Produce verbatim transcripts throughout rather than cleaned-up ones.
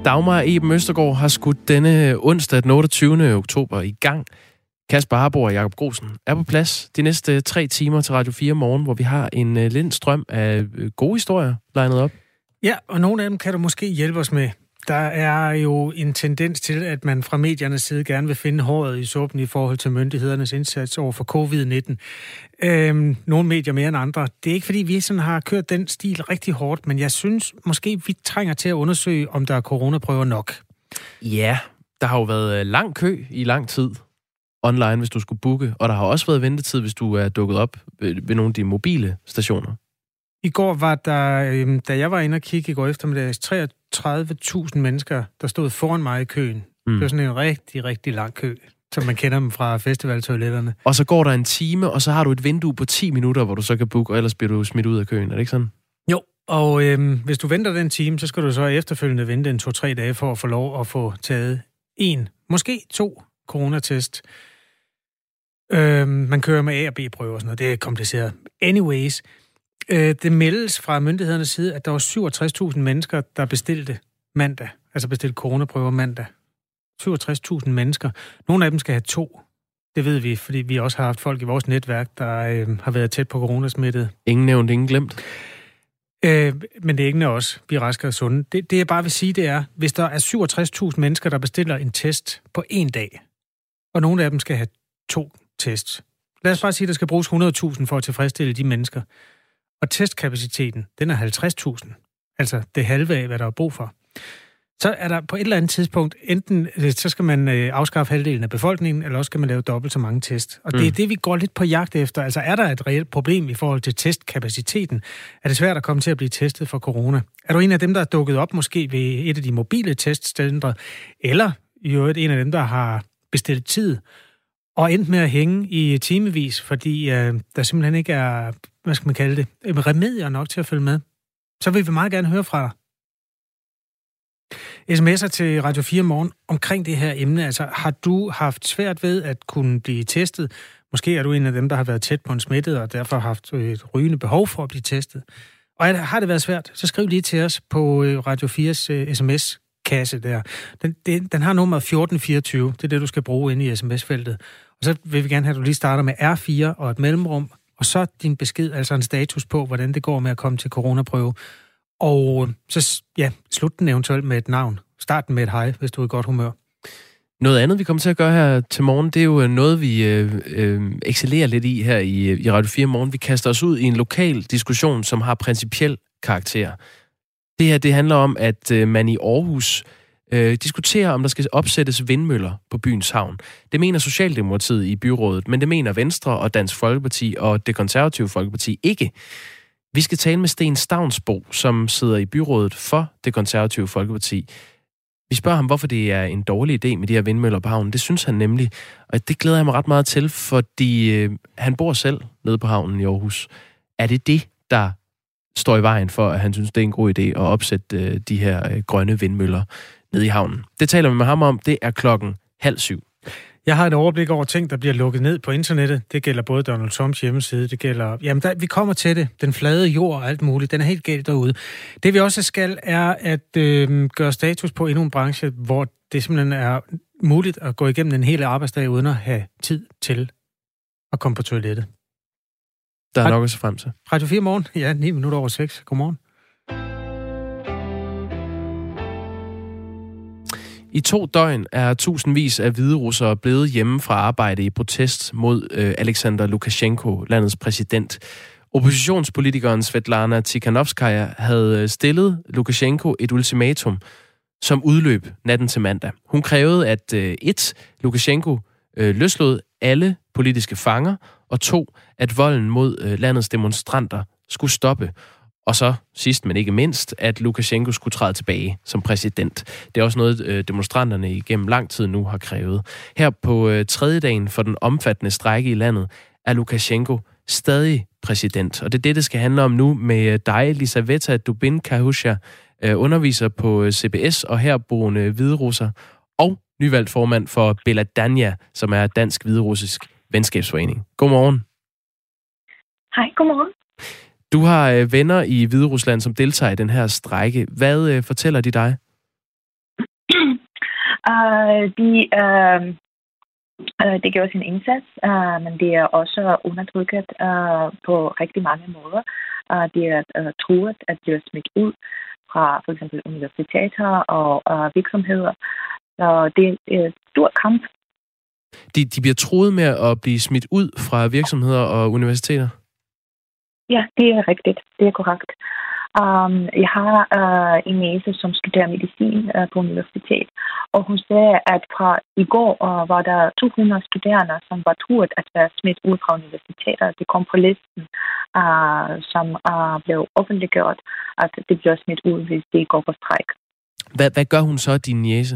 Dagmar Eben Østergaard har skudt denne onsdag den otteogtyvende oktober i gang. Kasper Harbo og Jakob Grosen er på plads de næste tre timer til Radio fire Morgen, hvor vi har en uh, lind strøm af gode historier legnet op. Ja, og nogle af dem kan du måske hjælpe os med. Der er jo en tendens til, at man fra mediernes side gerne vil finde håret i suppen i forhold til myndighedernes indsats over for covid nitten. Øhm, nogle medier mere end andre. Det er ikke, fordi vi sådan har kørt den stil rigtig hårdt, men jeg synes måske, vi trænger til at undersøge, om der er coronaprøver nok. Ja, der har jo været lang kø i lang tid online, hvis du skulle booke, og der har også været ventetid, hvis du er dukket op ved nogle af de mobile stationer. I går var der, da jeg var inde og kigge i går eftermiddag, treogtredive tusind mennesker, der stod foran mig i køen. Mm. Det var sådan en rigtig, rigtig lang kø, som man kender dem fra festivaltoiletterne. Og så går der en time, og så har du et vindue på ti minutter, hvor du så kan booke, og ellers bliver du smidt ud af køen. Er det ikke sådan? Jo, og øhm, hvis du venter den time, så skal du så efterfølgende vente en to-tre dage for at få lov at få taget en, måske to coronatest. Øhm, man kører med A- og B-prøver og sådan noget. Det er kompliceret. Anyways, øh, det meldes fra myndighedernes side, at der var syvogtres tusind mennesker, der bestilte mandag. Altså bestilte coronaprøver mandag. syvogtres tusind mennesker. Nogle af dem skal have to. Det ved vi, fordi vi også har haft folk i vores netværk, der øh, har været tæt på coronasmittet. Ingen nævnt, ingen glemt. Øh, men det er ikke også. Vi er raske og sunde. Det, det jeg bare vil sige, det er, hvis der er syvogtres tusind mennesker, der bestiller en test på en dag, og nogle af dem skal have to tests. Lad os bare sige, at der skal bruges hundrede tusind for at tilfredsstille de mennesker. Og testkapaciteten, den er halvtreds tusind. Altså det halve af, hvad der er brug for. Så er der på et eller andet tidspunkt, enten så skal man afskaffe halvdelen af befolkningen, eller også skal man lave dobbelt så mange test. Og det mm. er det, vi går lidt på jagt efter. Altså er der et reelt problem i forhold til testkapaciteten? Er det svært at komme til at blive testet for corona? Er du en af dem, der er dukket op måske ved et af de mobile testcentre? Eller i øvrigt en af dem, der har bestilt tid og endt med at hænge i timevis, fordi øh, der simpelthen ikke er, hvad skal man kalde det, remedier nok til at følge med? Så vil vi meget gerne høre fra dig. sms'er til Radio fire Morgen omkring det her emne. Altså, har du haft svært ved at kunne blive testet? Måske er du en af dem, der har været tæt på en smittet, og derfor har haft et rygende behov for at blive testet. Og har det været svært, så skriv lige til os på Radio fires uh, sms-kasse der. Den, den, den har nummer fjorten fireogtyve. Det er det, du skal bruge inde i sms-feltet. Og så vil vi gerne have, at du lige starter med R fire og et mellemrum, og så din besked, altså en status på, hvordan det går med at komme til coronaprøve. Og så ja, slut den eventuelt med et navn. Start den med et hej, hvis du er i godt humør. Noget andet, vi kommer til at gøre her til morgen, det er jo noget, vi øh, øh, excellerer lidt i her i, i Radio fire Morgen. Vi kaster os ud i en lokal diskussion, som har principiel karakter. Det her, det handler om, at øh, man i Aarhus øh, diskuterer, om der skal opsættes vindmøller på byens havn. Det mener Socialdemokratiet i byrådet, men det mener Venstre og Dansk Folkeparti og Det Konservative Folkeparti ikke. Vi skal tale med Sten Stavnsbo, som sidder i byrådet for Det Konservative Folkeparti. Vi spørger ham, hvorfor det er en dårlig idé med de her vindmøller på havnen. Det synes han nemlig, og det glæder jeg mig ret meget til, fordi øh, han bor selv nede på havnen i Aarhus. Er det det, der står i vejen for, at han synes, det er en god idé at opsætte øh, de her øh, grønne vindmøller nede i havnen? Det taler vi med ham om. Det er klokken halv syv. Jeg har et overblik over ting, der bliver lukket ned på internettet. Det gælder både Donald Trumps hjemmeside, det gælder... Jamen, der, vi kommer til det. Den flade jord og alt muligt. Den er helt galt derude. Det vi også skal, er at øh, gøre status på endnu en branche, hvor det simpelthen er muligt at gå igennem en hel arbejdsdag, uden at have tid til at komme på toilettet. Der er nok at se frem til. Radio fire Morgen. Ja, ni minutter over seks. Godmorgen. I to døgn er tusindvis af hviderussere blevet hjemme fra arbejde i protest mod øh, Alexander Lukashenko, landets præsident. Oppositionspolitikeren Svetlana Tikhanovskaya havde stillet Lukashenko et ultimatum, som udløb natten til mandag. Hun krævede, at øh, et, Lukashenko øh, løslod alle politiske fanger, og to, at volden mod øh, landets demonstranter skulle stoppe. Og så, sidst men ikke mindst, at Lukashenko skulle træde tilbage som præsident. Det er også noget, demonstranterne igennem lang tid nu har krævet. Her på tredje dagen for den omfattende strejke i landet, er Lukashenko stadig præsident. Og det er det, det skal handle om nu med dig, Elisaveta Dubin-Kahusha, underviser på C B S og herboende hviderusser, og nyvalgt formand for Beladania, som er Dansk Hviderussisk Venskabsforening. Godmorgen. Hej, godmorgen. Du har venner i Hviderusland, som deltager i den her strejke. Hvad øh, fortæller de dig? Uh, de, uh, uh, de gør sin indsats, uh, men de er også undertrykket uh, på rigtig mange måder. Uh, de er uh, truet at blive smidt ud fra for eksempel universiteter og uh, virksomheder. Så det er et stort kamp. De, de bliver truet med at blive smidt ud fra virksomheder og universiteter? Ja, det er rigtigt. Det er korrekt. Um, jeg har uh, en næse, som studerer medicin uh, på universitet, og hun sagde, at fra i går uh, var der to hundrede studerende, som var truet at være smidt ud fra universiteter. Det kom på listen, uh, som uh, blev offentliggjort, at det bliver smidt ud, hvis de går på strejk. Hvad, hvad gør hun så, din niece?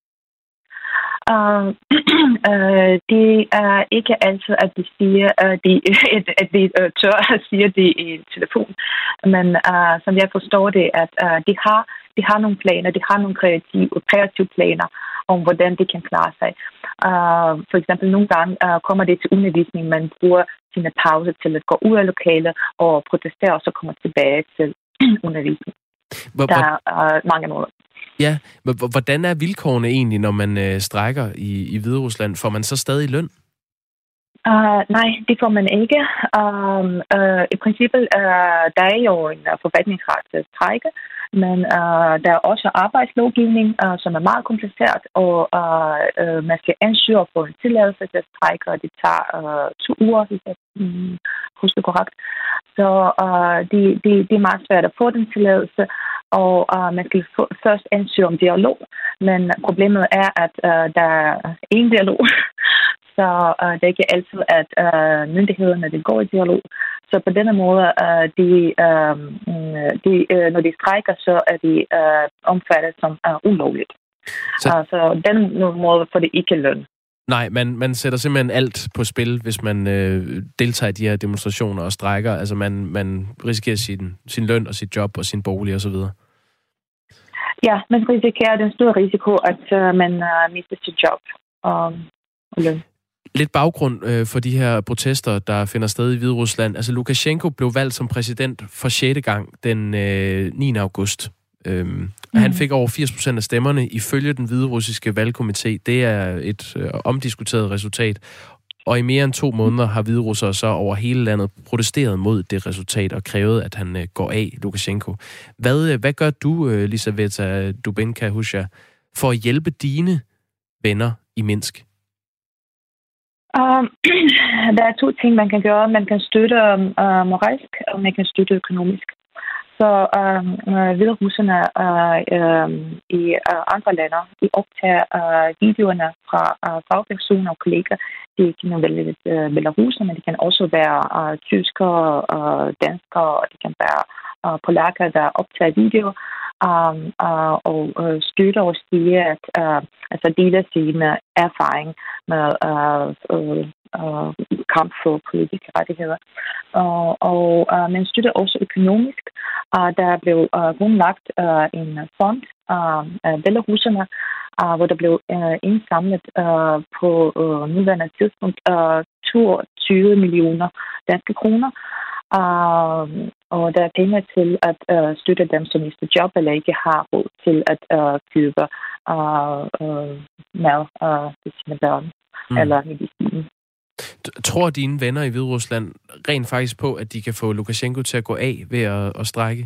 Uh, uh, det er ikke altid, at de siger, uh, de, at de uh, tør at sige det i telefon. Men uh, som jeg forstår det, at uh, de har de har nogle planer, de har nogle kreative, kreative planer om, hvordan de kan klare sig. Uh, for eksempel nogle gange uh, kommer det til undervisning, man bruger sine pauser til at gå ud af lokalet og protestere, og så kommer tilbage til undervisning. Hvor, Der er uh, mange måder. Ja, men hvordan er vilkårene egentlig, når man øh, strækker i, i Hviderusland? Får man så stadig løn? Uh, nej, det får man ikke. Um, uh, I princippet, uh, der er jo en uh, forfatningsret til strejke, men uh, der er også arbejdslovgivning, uh, som er meget kompliceret, og uh, uh, man skal ansøge for en tilladelse til at strække, og det tager uh, to uger, hvis jeg um, husker korrekt. Så uh, det, det, det er meget svært at få den tilladelse, og uh, man skal få, først ansøge om dialog, men problemet er, at uh, der er ingen dialog. Så uh, det er ikke altid, at uh, myndighederne det går i dialog. Så på denne måde, uh, de, uh, de, uh, når de strækker, så er de uh, omfattet som uh, ulovligt. Så, uh, så den måde får det ikke løn. Nej, man, man sætter simpelthen alt på spil, hvis man øh, deltager i de her demonstrationer og strækker. Altså man, man risikerer sin, sin løn og sit job og sin bolig osv. Ja, man risikerer den store risiko, at uh, man uh, mister sit job og, og løn. Lidt baggrund øh, for de her protester, der finder sted i Hviderusland. Altså Lukashenko blev valgt som præsident for sjette gang den øh, niende august. Øhm, mm. Han fik over firs procent af stemmerne ifølge den hviderussiske valgkomité. Det er et øh, omdiskuteret resultat. Og i mere end to måneder har hviderussere så over hele landet protesteret mod det resultat og krævet, at han øh, går af, Lukashenko. Hvad, øh, hvad gør du, øh, Lizaveta Dubinka-Husja, for at hjælpe dine venner i Minsk? Um, der er to ting, man kan gøre. Man kan støtte uh, moralsk, og man kan støtte økonomisk. Så uh, hviderusserne uh, uh, i uh, andre lande, de optager uh, videoerne fra uh, fagpersoner og kolleger. De kan vælge uh, belaruser, men det kan også være uh, tyskere, uh, danskere, og det kan være uh, polakker, der optager videoer. Um, uh, og uh, støtter og siger, at uh, altså deler sine erfaring med uh, uh, uh, kamp for politiske rettigheder. Uh, og uh, man støtter også økonomisk. Uh, der blev uh, grundlagt uh, en fond uh, af belaruserne, uh, hvor der blev uh, indsamlet uh, på uh, nuværende tidspunkt uh, toogtyve millioner danske kroner. Uh, og der er penge til at uh, støtte dem, som mister job eller ikke har råd til at uh, købe uh, uh, mad uh, til sine børn mm. eller medicin. Tror dine venner i Hviderusland rent faktisk på, at de kan få Lukashenko til at gå af ved at, at strække?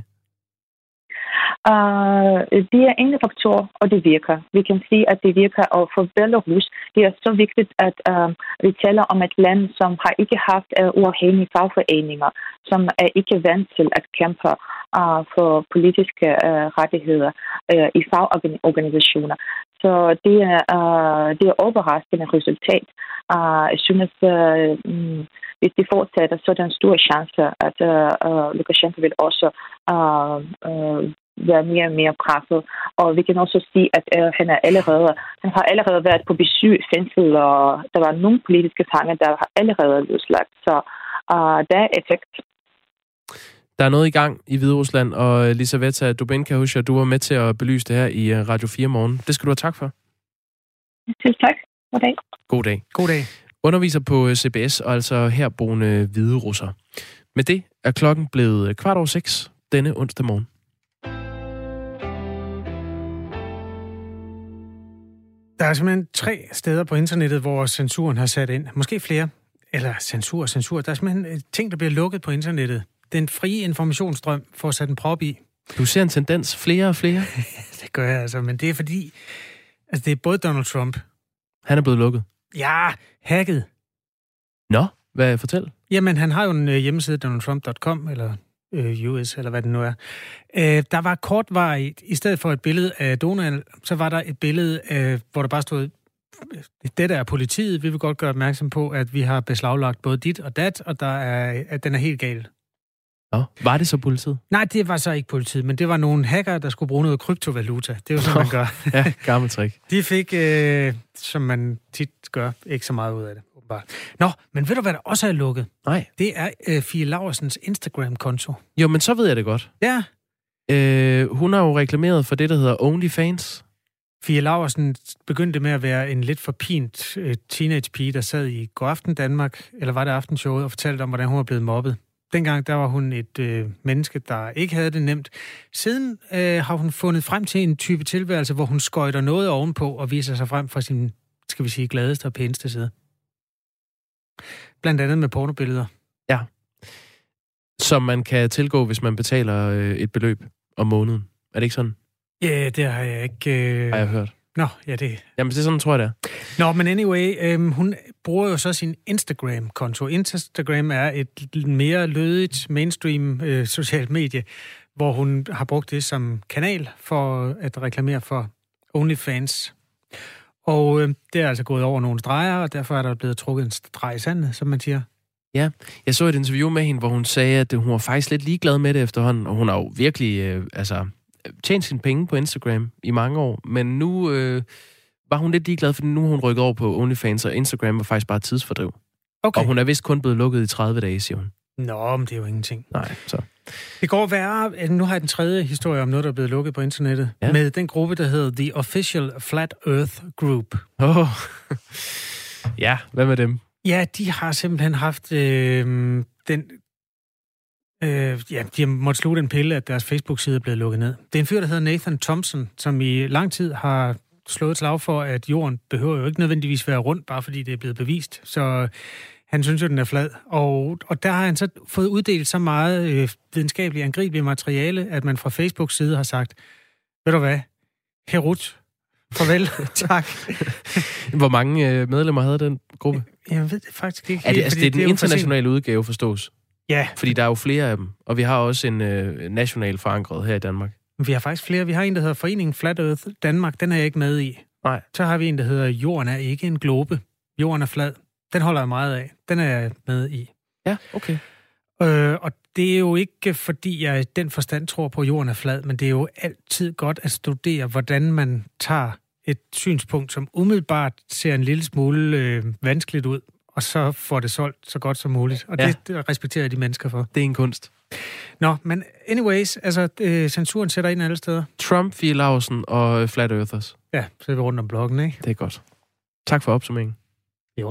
Uh, det er ingen faktor, og det virker. Vi kan sige, at det virker, og for Belarus, det er så vigtigt, at uh, vi taler om et land, som har ikke haft uh, uafhængige fagforeninger, som er ikke vant til at kæmpe uh, for politiske uh, rettigheder uh, i fagorganisationer. Så det er, uh, det er overraskende resultat. Uh, jeg synes, uh, um, hvis de fortsætter, så er der en stor chance, at uh, uh, Lukashenko vil også uh, uh, være mere og mere presset. Og vi kan også sige, at uh, han, er allerede, han har allerede været på besøg i fængsel, og der var nogle politiske fanger, der har allerede løsladt. Så uh, der er effekt. Der er noget i gang i Hviderusland, og Lizaveta Dubinka-Husja, du var med til at belyse det her i Radio fire Morgen. Det skal du have tak for. Selv tak. God dag. God dag. God dag. Underviser på C B S, og altså herboende hviderusser. Med det er klokken blevet kvart over seks denne onsdag morgen. Der er simpelthen tre steder på internettet, hvor censuren har sat ind. Måske flere. Eller censur og censur. Der er simpelthen ting, der bliver lukket på internettet. Den frie informationsstrøm får sat en prop i. Du ser en tendens flere og flere? Det gør jeg altså, men det er fordi... Altså, det er både Donald Trump... Han er blevet lukket? Ja, hacket. Nå, hvad fortæl? Jamen, han har jo en hjemmeside, donald trump punktum com, eller øh, U S, eller hvad det nu er. Øh, der var kortvarigt, i stedet for et billede af Donald, så var der et billede, øh, hvor der bare stod, det der er politiet, vi vil godt gøre opmærksom på, at vi har beslaglagt både dit og dat, og der er, at den er helt gal. Nå, var det så politiet? Nej, det var så ikke politiet, men det var nogle hacker, der skulle bruge noget kryptovaluta. Det er jo sådan, man gør. Ja, gammel trick. De fik, øh, som man tit gør, ikke så meget ud af det. Nå, men ved du, hvad der også er lukket? Nej. Det er øh, Fie Laursens Instagram-konto. Jo, men så ved jeg det godt. Ja. Øh, hun har jo reklameret for det, der hedder OnlyFans. Fie Laursen begyndte med at være en lidt forpint øh, teenage-pige, der sad i Godaften Danmark, eller var det Aftenshowet, og fortalte om, hvordan hun var blevet mobbet. Dengang der var hun et øh, menneske, der ikke havde det nemt. Siden øh, har hun fundet frem til en type tilværelse, hvor hun skøjter noget ovenpå og viser sig frem fra sin, skal vi sige, gladeste og pæneste side. Blandt andet med pornobilleder. Ja. Som man kan tilgå, hvis man betaler øh, et beløb om måneden. Er det ikke sådan? Ja, det har jeg ikke... Øh... Har jeg hørt. Nå, ja, det... Jamen, det er sådan, tror jeg, det er. Nå, men anyway, øh, hun bruger jo så sin Instagram-konto. Instagram er et mere lødigt mainstream øh, socialt medie, hvor hun har brugt det som kanal for at reklamere for OnlyFans. Og øh, det er altså gået over nogle streger, og derfor er der blevet trukket en streg i sandet, som man siger. Ja, jeg så et interview med hende, hvor hun sagde, at hun var faktisk lidt ligeglad med det efterhånden, og hun har jo virkelig øh, altså, tjent sine penge på Instagram i mange år, men nu øh, var hun lidt ligeglad, for nu har hun rykket over på OnlyFans, og Instagram var faktisk bare tidsfordriv. Okay. Og hun er vist kun blevet lukket i tredive dage, siger hun. Nå, men det er jo ingenting. Nej, så... Det går værre. Nu har jeg den tredje historie om noget, der er blevet lukket på internettet. Ja. Med den gruppe, der hedder The Official Flat Earth Group. Åh, oh. Ja, hvad med dem? Ja, de har simpelthen haft øh, den... Øh, ja, de har måttet sluge den pille, at deres Facebook-side er blevet lukket ned. Det er en fyr, der hedder Nathan Thompson, som i lang tid har slået et slag for, at jorden behøver jo ikke nødvendigvis være rundt, bare fordi det er blevet bevist. Så... Han synes jo, den er flad, og, og der har han så fået uddelt så meget øh, videnskabeligt angribeligt materiale, at man fra Facebooks side har sagt, ved du hvad, Herut, farvel, tak. Hvor mange øh, medlemmer havde den gruppe? Jeg ved det faktisk ikke. Er det, altså, det er den det er internationale udgave, forstås? Ja. Fordi der er jo flere af dem, og vi har også en øh, national forankret her i Danmark. Vi har faktisk flere. Vi har en, der hedder Foreningen Flat Earth Danmark, den er jeg ikke med i. Nej. Så har vi en, der hedder Jorden er ikke en globe. Jorden er flad. Den holder jeg meget af. Den er jeg med i. Ja, okay. Øh, og det er jo ikke, fordi jeg i den forstand tror på, at jorden er flad, men det er jo altid godt at studere, hvordan man tager et synspunkt, som umiddelbart ser en lille smule øh, vanskeligt ud, og så får det solgt så godt som muligt. Og ja. det, det respekterer de mennesker for. Det er en kunst. Nå, men anyways, altså øh, censuren sætter ind alle steder. Trump, Fie Laursen og Flat Earthers. Ja, så er vi rundt om bloggen, ikke? Det er godt. Tak for opsummeringen. Jo.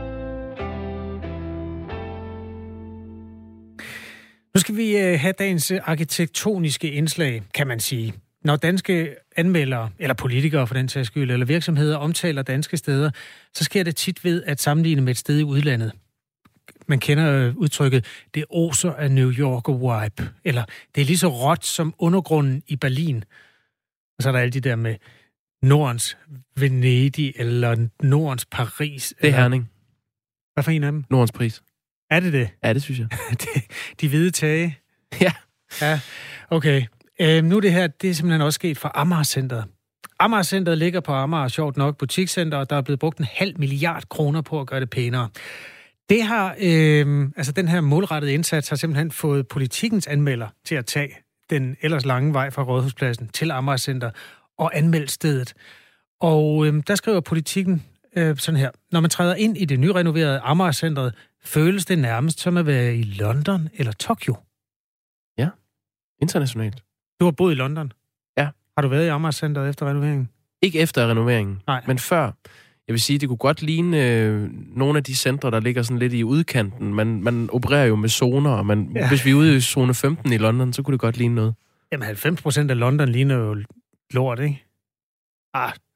Nu skal vi øh, have dagens arkitektoniske indslag, kan man sige. Når danske anmeldere, eller politikere for den sags skyld, eller virksomheder omtaler danske steder, så sker det tit ved at sammenligne med et sted i udlandet. Man kender udtrykket, det oser af New York-vibe, eller det er lige så råt som undergrunden i Berlin. Og så er der alle de der med Nordens Venedig, eller Nordens Paris. Det er eller... Herning. Hvad for en af dem? Nordens Pris. Er det det? Ja, det synes jeg. de, de hvide tage? Ja. Ja, okay. Øhm, nu det her, det er simpelthen også sket for Amager-centret. Amager-centret ligger på Amager, sjovt nok, butikscenter, og der er blevet brugt en halv milliard kroner på at gøre det pænere. Det har, øh, altså den her målrettede indsats har simpelthen fået Politikens anmelder til at tage den ellers lange vej fra Rådhuspladsen til Amager-center og anmelde stedet. Og øh, der skriver Politiken øh, sådan her. Når man træder ind i det nyrenoverede Amager-centret, føles det nærmest som at være i London eller Tokyo. Ja, internationalt. Du har boet i London? Ja. Har du været i Amager-centret efter renoveringen? Ikke efter renoveringen, Nej. Men før. Jeg vil sige, det kunne godt ligne øh, nogle af de centre, der ligger sådan lidt i udkanten. Man, man opererer jo med zoner, og man, ja. Hvis vi er ude i zone femten i London, så kunne det godt ligne noget. Jamen halvfems procent af London ligner jo lort, ikke? Ah,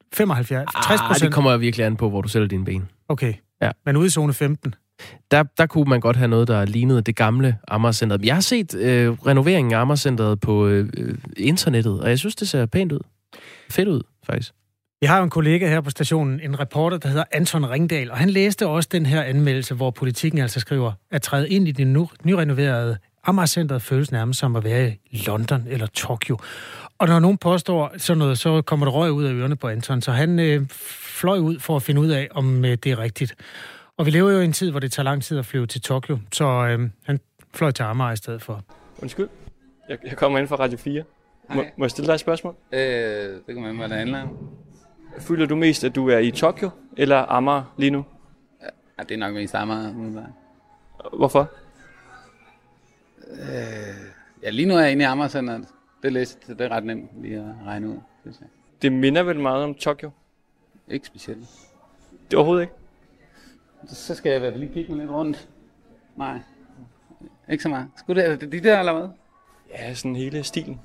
femoghalvfjerds, tres Ah, procent? det kommer virkelig an på, hvor du sætter dine ben. Okay, Ja. men ude i zone femten? Der, der kunne man godt have noget, der lignede det gamle Amagercenteret. Jeg har set øh, renoveringen af Amagercenteret på øh, internettet, og jeg synes, det ser pænt ud. Fedt ud, faktisk. Jeg har jo en kollega her på stationen, en reporter, der hedder Anton Ringdal, og han læste også den her anmeldelse, hvor Politikken altså skriver, at træde ind i det nu, nyrenoverede Amagercenteret føles nærmest som at være i London eller Tokyo. Og når nogen påstår sådan noget, så kommer der røg ud af ørerne på Anton, så han øh, fløj ud for at finde ud af, om øh, det er rigtigt. Og vi lever jo i en tid, hvor det tager lang tid at flyve til Tokyo, så øh, han fløj til Amager i stedet for. Undskyld, jeg, jeg kommer ind fra Radio fire. Må, må jeg stille dig et spørgsmål? Øh, det kan man, hvad det handler om. Føler du mest, at du er i Tokyo eller Amager lige nu? Ja, det er nok mest Amager. Umiddelbart. Hvorfor? Øh, ja, lige nu er jeg inde i Amagercenteret. Det læste, det er ret nemt lige at regne ud, synes jeg. Det minder vel meget om Tokyo? Ikke specielt. Det er overhovedet ikke. Så skal jeg i hvert fald lige kigge mig lidt rundt. Nej, ikke så meget. Skulle det, det de der eller hvad? Ja, sådan hele stilen.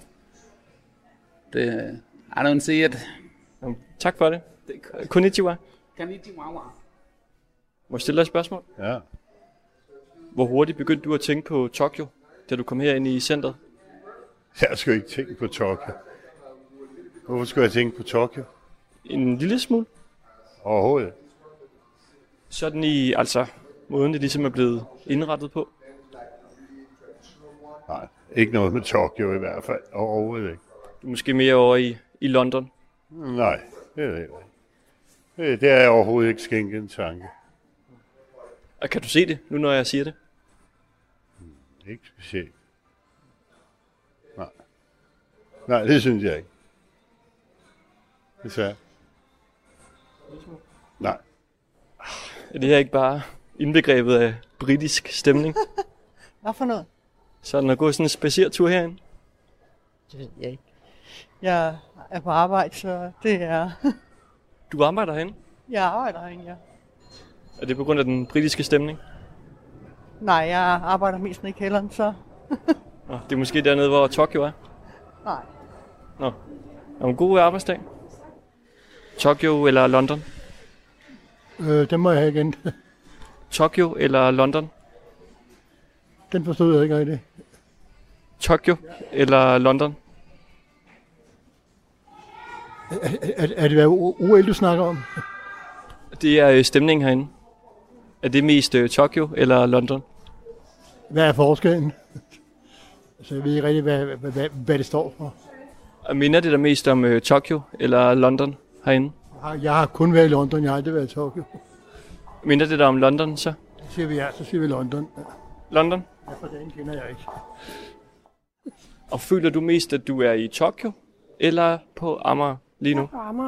Det, I don't see it. Jamen, tak for det. Konnichiwa. Konnichiwa. Må jeg stille dig et spørgsmål? Ja. Hvor hurtigt begyndte du at tænke på Tokyo, da du kom herind i centret? Jeg skulle ikke tænke på Tokyo. Hvorfor skulle jeg tænke på Tokyo? En lille smule. Overhovedet. Sådan i, altså, måden det ligesom er blevet indrettet på. Nej, ikke noget med Tokyo i hvert fald. Overhovedet ikke. Du er måske mere over i, i London. Nej, det er det ikke. Det, det er jeg overhovedet ikke skænket en tanke. Og kan du se det, nu når jeg siger det? Ikke specielt. Nej. Nej, det synes jeg ikke. Desværre. Nej. Er det her ikke bare indbegrebet af britisk stemning? Hvad for noget? Sådan at gå sådan en spacertur herinde? Det ved jeg ikke. Jeg er på arbejde, så det er... Du arbejder herinde? Jeg arbejder herinde, ja. Er det på grund af den britiske stemning? Nej, jeg arbejder mest nede i kælderen, så... Nå, det er måske dernede, hvor Tokyo er? Nej. Nå, er en god arbejdsdag? Tokyo eller London? Øh, den må jeg have igen. Tokyo eller London? Den forstod jeg ikke rigtigt. Tokyo eller London? Er, er, er det hvad O L, du snakker om? Det er øh, stemningen herinde. Er det mest øh, Tokyo eller London? Hvad er forskellen? Så jeg ved ikke rigtig, hvad, hvad, hvad, hvad det står for. Og minder det der mest om øh, Tokyo eller London herinde? Jeg har, jeg har kun været i London, jeg har aldrig været i Tokyo. Minder det der om London så? Så siger vi ja, så siger vi London. Ja. London? Ja, for den kender jeg ikke. Og føler du mest, at du er i Tokyo eller på Amager lige nu? Ja, på Amager.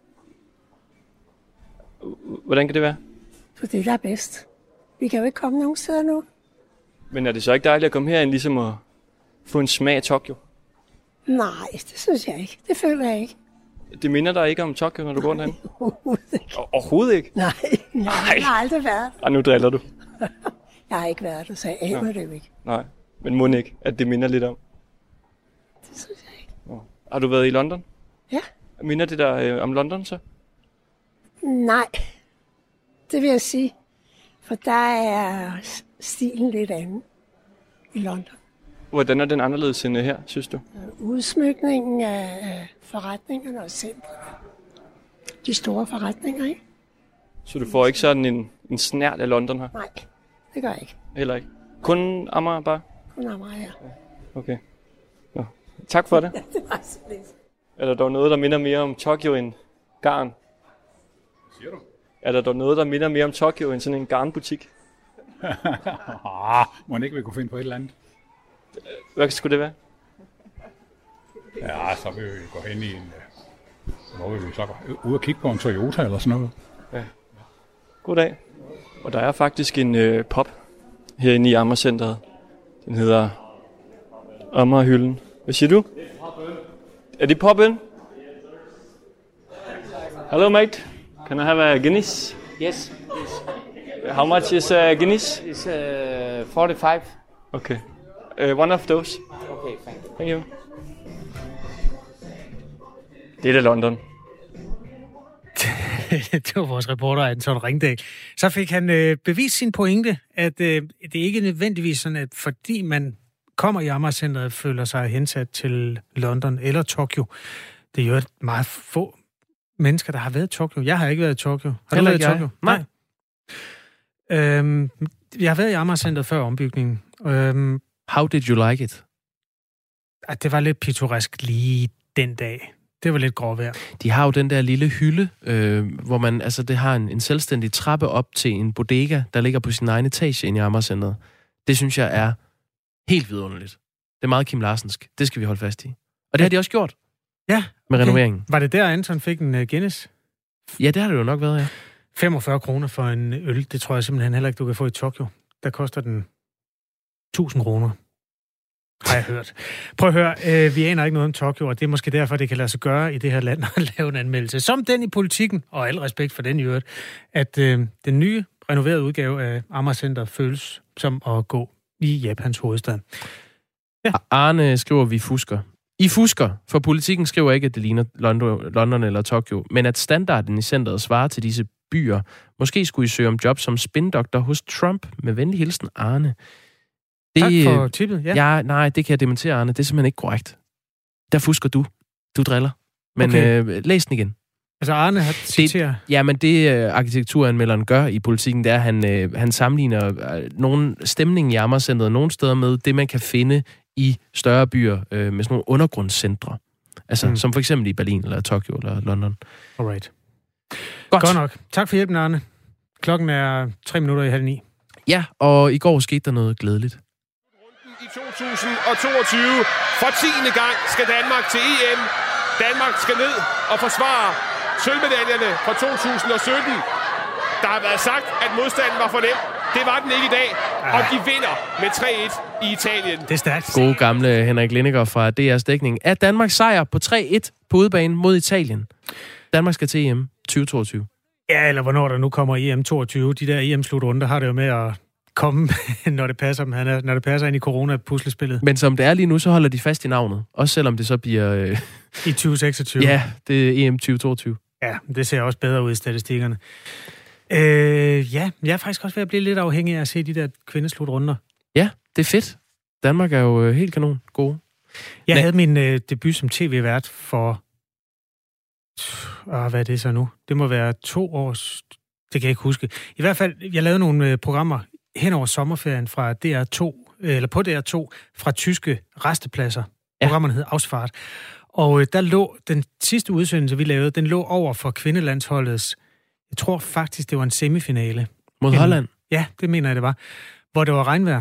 Hvordan kan det være? For det der er bedst. Vi kan jo ikke komme nogen steder nu. Men er det så ikke dejligt at komme herind ligesom at få en smag af Tokyo? Nej, det synes jeg ikke. Det føler jeg ikke. Det minder dig ikke om Tokyo, når du går derhen? Overhovedet ikke. Overhovedet ikke? Nej, nej, jeg har aldrig været. Ej, nu driller du. Jeg har ikke været der, så jeg aner det jo ikke. Nej, men må ikke, at det minder lidt om? Det synes jeg ikke. Nå. Har du været i London? Ja. Minder det der øh, om London så? Nej, det vil jeg sige. For der er stilen lidt anden i London. Hvordan er den anderledes end her, synes du? Udsmykningen af forretningerne og centrene. De store forretninger, ikke? Så du får ikke sådan en, en snert af London her? Nej, det gør jeg ikke. Heller ikke? Kun Amager bare? Kun Amager, ja. Okay. Nå. Tak for det. Ja, det var så lidt. Er der dog noget, der minder mere om Tokyo end garn? Siger du? Er der dog noget, der minder mere om Tokyo end sådan en garnbutik? ah, må ikke vi kunne finde på et eller andet? Hvad skulle det være? Ja, så vil vi gå hen i en... Hvor vil vi så gå? Ud og kigge på en Toyota eller sådan noget. Ja. Goddag. Og der er faktisk en øh, pop herinde i Amagercenteret. Den hedder Amagerhylden. Hvad siger du? Er det pop-in? Hello mate. Can I have a Guinness? Yes, please. How much is a Guinness? It's uh, forty-five. Okay. Uh, one of those. Okay, thank you. Thank you. Det er da London. Det var vores reporter, Anton Ringdal. Så fik han øh, bevist sin pointe, at øh, det ikke er nødvendigvis sådan, at fordi man kommer i Amagercenteret, føler sig hensat til London eller Tokyo. Det er jo et meget få mennesker, der har været i Tokyo. Jeg har ikke været i Tokyo. Har Heller du været i Tokyo? Nej. Nej. Øhm, jeg har været i Amagercenteret før ombygningen. Øhm, How did you like it? At det var lidt pittoresk lige den dag. Det var lidt gråvejr. De har jo den der lille hylde, øh, hvor man, altså det har en, en selvstændig trappe op til en bodega, der ligger på sin egen etage inde i Amagercenteret. Det synes jeg er helt vidunderligt. Det er meget Kim Larsensk. Det skal vi holde fast i. Og det har de også gjort. Ja. Med okay. renoveringen. Var det der, Anton fik en uh, Guinness? Ja, det har det jo nok været, ja. femogfyrre kroner for en øl, det tror jeg simpelthen heller ikke, du kan få i Tokyo. Der koster den tusind kroner. Har jeg hørt. Prøv at høre, øh, vi aner ikke noget om Tokyo, og det er måske derfor, det kan lade sig gøre i det her land at lave en anmeldelse. Som den i politikken, og al respekt for den i øvrigt, at øh, den nye, renoverede udgave af Amagercenter føles som at gå i Japans hovedstad. Ja. Arne skriver, vi fusker. I fusker, for politikken skriver ikke, at det ligner London, London eller Tokyo, men at standarden i centret svarer til disse byer. Måske skulle I søge om job som spindoktor hos Trump. Med venlig hilsen, Arne. Det, tak for tippet, ja. ja. Nej, det kan jeg dementere, Arne. Det er simpelthen ikke korrekt. Der fusker du. Du driller. Men okay. øh, læs den igen. Altså Arne har citeret... Ja, men det øh, arkitekturanmelderen gør i politikken, det er, at han, øh, han sammenligner øh, nogle stemningen i Amagercenteret nogle steder med det, man kan finde i større byer øh, med sådan nogle undergrundscentre. Altså, mm. som for eksempel i Berlin, eller Tokyo, eller London. Alright. Godt. Godt nok. Tak for hjælpen, Arne. Klokken er tre minutter i halv ni. Ja, og i går skete der noget glædeligt. I to tusind toogtyve for tiende gang skal Danmark til E M. Danmark skal ned og forsvare sølvmedaljerne fra to tusind sytten. Der har været sagt, at modstanden var for nem. Det var den ikke i dag, og de vinder med tre et i Italien. Det er stærkt. God gamle Henrik Lindegaard fra D R's dækning. Er Danmark sejr på tre et på udebane mod Italien? Danmark skal til E M tyve toogtyve. Ja, eller hvornår der nu kommer E M toogtyve. De der E M-slutrunder har det jo med at komme, når det passer dem, når det passer ind i corona-puslespillet. Men som det er lige nu, så holder de fast i navnet. Også selvom det så bliver... Øh... I tyve seksogtyve. Ja, det er E M tyve toogtyve. Ja, det ser også bedre ud i statistikkerne. Øh, ja, jeg er faktisk også ved at blive lidt afhængig af at se de der kvindesslutrunder. Ja, det er fedt. Danmark er jo helt kanon gode. Jeg Næ- havde min øh, debut som tv-vært for... Øh, hvad er det så nu? Det må være to års... Det kan jeg ikke huske. I hvert fald, jeg lavede nogle øh, programmer hen over sommerferien fra D R to, øh, eller på D R to, fra tyske restepladser. Ja. Programmerne hed Ausfahrt. Og øh, der lå den sidste udsendelse, vi lavede, den lå over for kvindelandsholdets... Jeg tror faktisk, det var en semifinale. Mod en, Holland? Ja, det mener jeg, det var. Hvor det var regnvejr.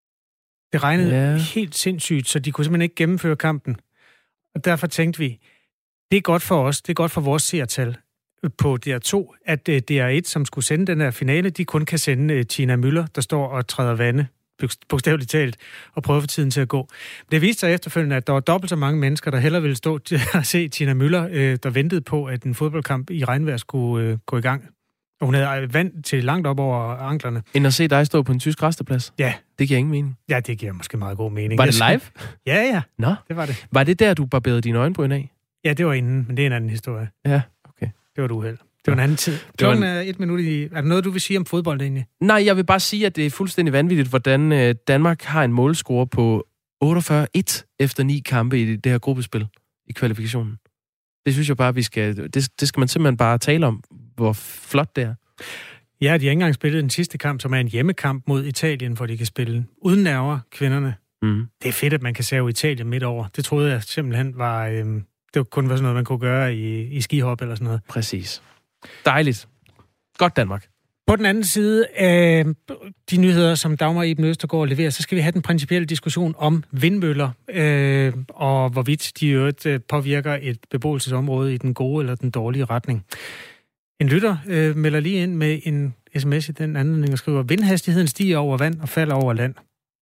Det regnede ja. helt sindssygt, så de kunne simpelthen ikke gennemføre kampen. Og derfor tænkte vi, det er godt for os, det er godt for vores seertal på D R to, at D R et, som skulle sende den her finale, de kun kan sende Tina Müller, der står og træder vande, bogstaveligt talt, og prøver for tiden til at gå. Det viste sig efterfølgende, at der var dobbelt så mange mennesker, der hellere ville stå til at se Tina Müller, der ventede på, at en fodboldkamp i regnvejr skulle gå i gang. Og hun havde vand til langt op over anklerne. End at se dig stå på en tysk resteplads? Ja. Det giver ingen mening. Ja, det giver måske meget god mening. Var det live? Ja, ja. Nå. Det var det. Var det der, du barberede dine øjenbryn af? Ja, det var inden, men det er en anden historie. Ja, okay. Det var et uheld. Det var en anden tid. Klokken er et minut i... Er der noget, du vil sige om fodbold egentlig? Nej, jeg vil bare sige, at det er fuldstændig vanvittigt, hvordan Danmark har en målscore på otteogfyrre et efter ni kampe i det her gruppespil i kvalifikationen. Det synes jeg bare, vi skal... Det, det skal man simpelthen bare tale om, hvor flot det er. Ja, de har ikke engang spillet den sidste kamp, som er en hjemmekamp mod Italien, hvor de kan spille uden nerver, kvinderne. Mm. Det er fedt, at man kan save Italien midt over. Det troede jeg simpelthen var... Øhm, det var kun var sådan noget, man kunne gøre i, i skihop eller sådan noget. Præcis. Dejligt. Godt Danmark. På den anden side af de nyheder, som Dagmar Eben Østergaard leverer, så skal vi have den principielle diskussion om vindmøller, øh, og hvorvidt de øvrigt øh, påvirker et beboelsesområde i den gode eller den dårlige retning. En lytter øh, melder lige ind med en sms i den anledning og skriver, vindhastigheden stiger over vand og falder over land.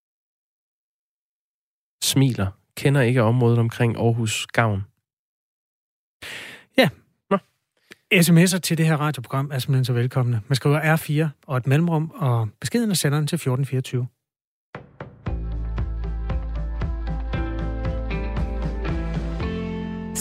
Smiler. Kender ikke området omkring Aarhus Gavn. Ja. Nå. sms'er til det her radioprogram er simpelthen så velkomne. Man skriver R fire og et mellemrum, og beskeden er senderen til fjorten fireogtyve.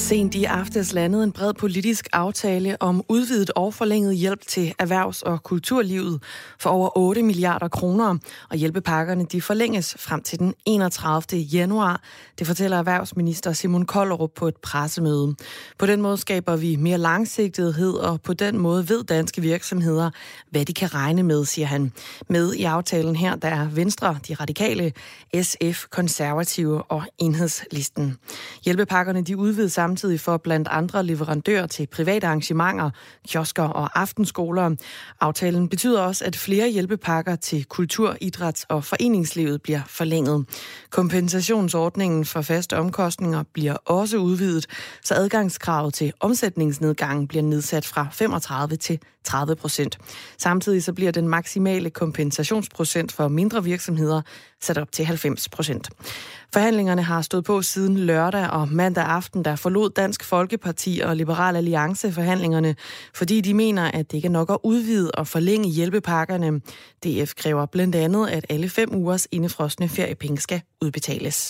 Sent i aftes landede en bred politisk aftale om udvidet og forlænget hjælp til erhvervs- og kulturlivet for over otte milliarder kroner, og hjælpepakkerne de forlænges frem til den enogtredivte januar. Det fortæller erhvervsminister Simon Kollerup på et pressemøde. På den måde skaber vi mere langsigtighed, og på den måde ved danske virksomheder, hvad de kan regne med, siger han. Med i aftalen her, der er Venstre, de radikale, S F, Konservative og Enhedslisten. Hjælpepakkerne de udvides samtidig for blandt andre leverandører til private arrangementer, kiosker og aftenskoler. Aftalen betyder også, at flere hjælpepakker til kultur, idræts- og foreningslivet bliver forlænget. Kompensationsordningen for faste omkostninger bliver også udvidet, så adgangskravet til omsætningsnedgangen bliver nedsat fra femogtredive til tredive procent. Samtidig så bliver den maksimale kompensationsprocent for mindre virksomheder sat op til halvfems procent. Forhandlingerne har stået på siden lørdag og mandag aften, der forlod Dansk Folkeparti og Liberal Alliance forhandlingerne, fordi de mener, at det ikke er nok at udvide og forlænge hjælpepakkerne. D F kræver blandt andet, at alle fem ugers indefrosne feriepenge skal udbetales.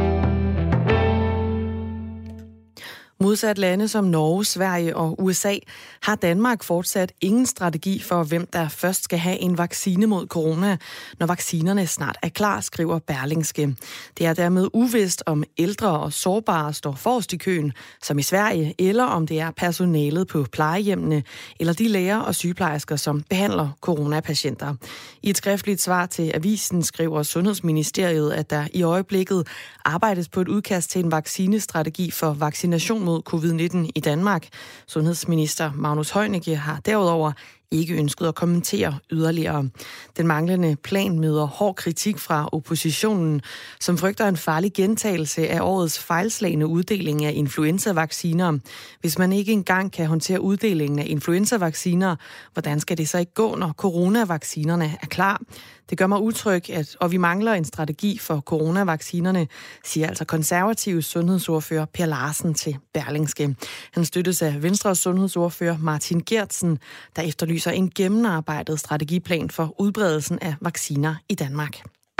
Modsat lande som Norge, Sverige og U S A har Danmark fortsat ingen strategi for, hvem der først skal have en vaccine mod corona, når vaccinerne snart er klar, skriver Berlingske. Det er dermed uvist, om ældre og sårbare står forrest i køen, som i Sverige, eller om det er personalet på plejehjemmene, eller de læger og sygeplejersker, som behandler coronapatienter. I et skriftligt svar til avisen skriver Sundhedsministeriet, at der i øjeblikket arbejdes på et udkast til en vaccinestrategi for vaccination mod covid nitten i Danmark. Sundhedsminister Magnus Heunicke har derudover ikke ønsket at kommentere yderligere. Den manglende plan møder hård kritik fra oppositionen, som frygter en farlig gentagelse af årets fejlslagne uddeling af influenzavacciner. Hvis man ikke engang kan håndtere uddelingen af influenzavacciner, hvordan skal det så ikke gå, når coronavaccinerne er klar? Det gør mig utryg, at, og vi mangler en strategi for coronavaccinerne, siger altså konservativ sundhedsordfører Per Larsen til Berlingske. Han støttes af Venstres sundhedsordfører Martin Geertsen, der efterlyser en gennemarbejdet strategiplan for udbredelsen af vacciner i Danmark.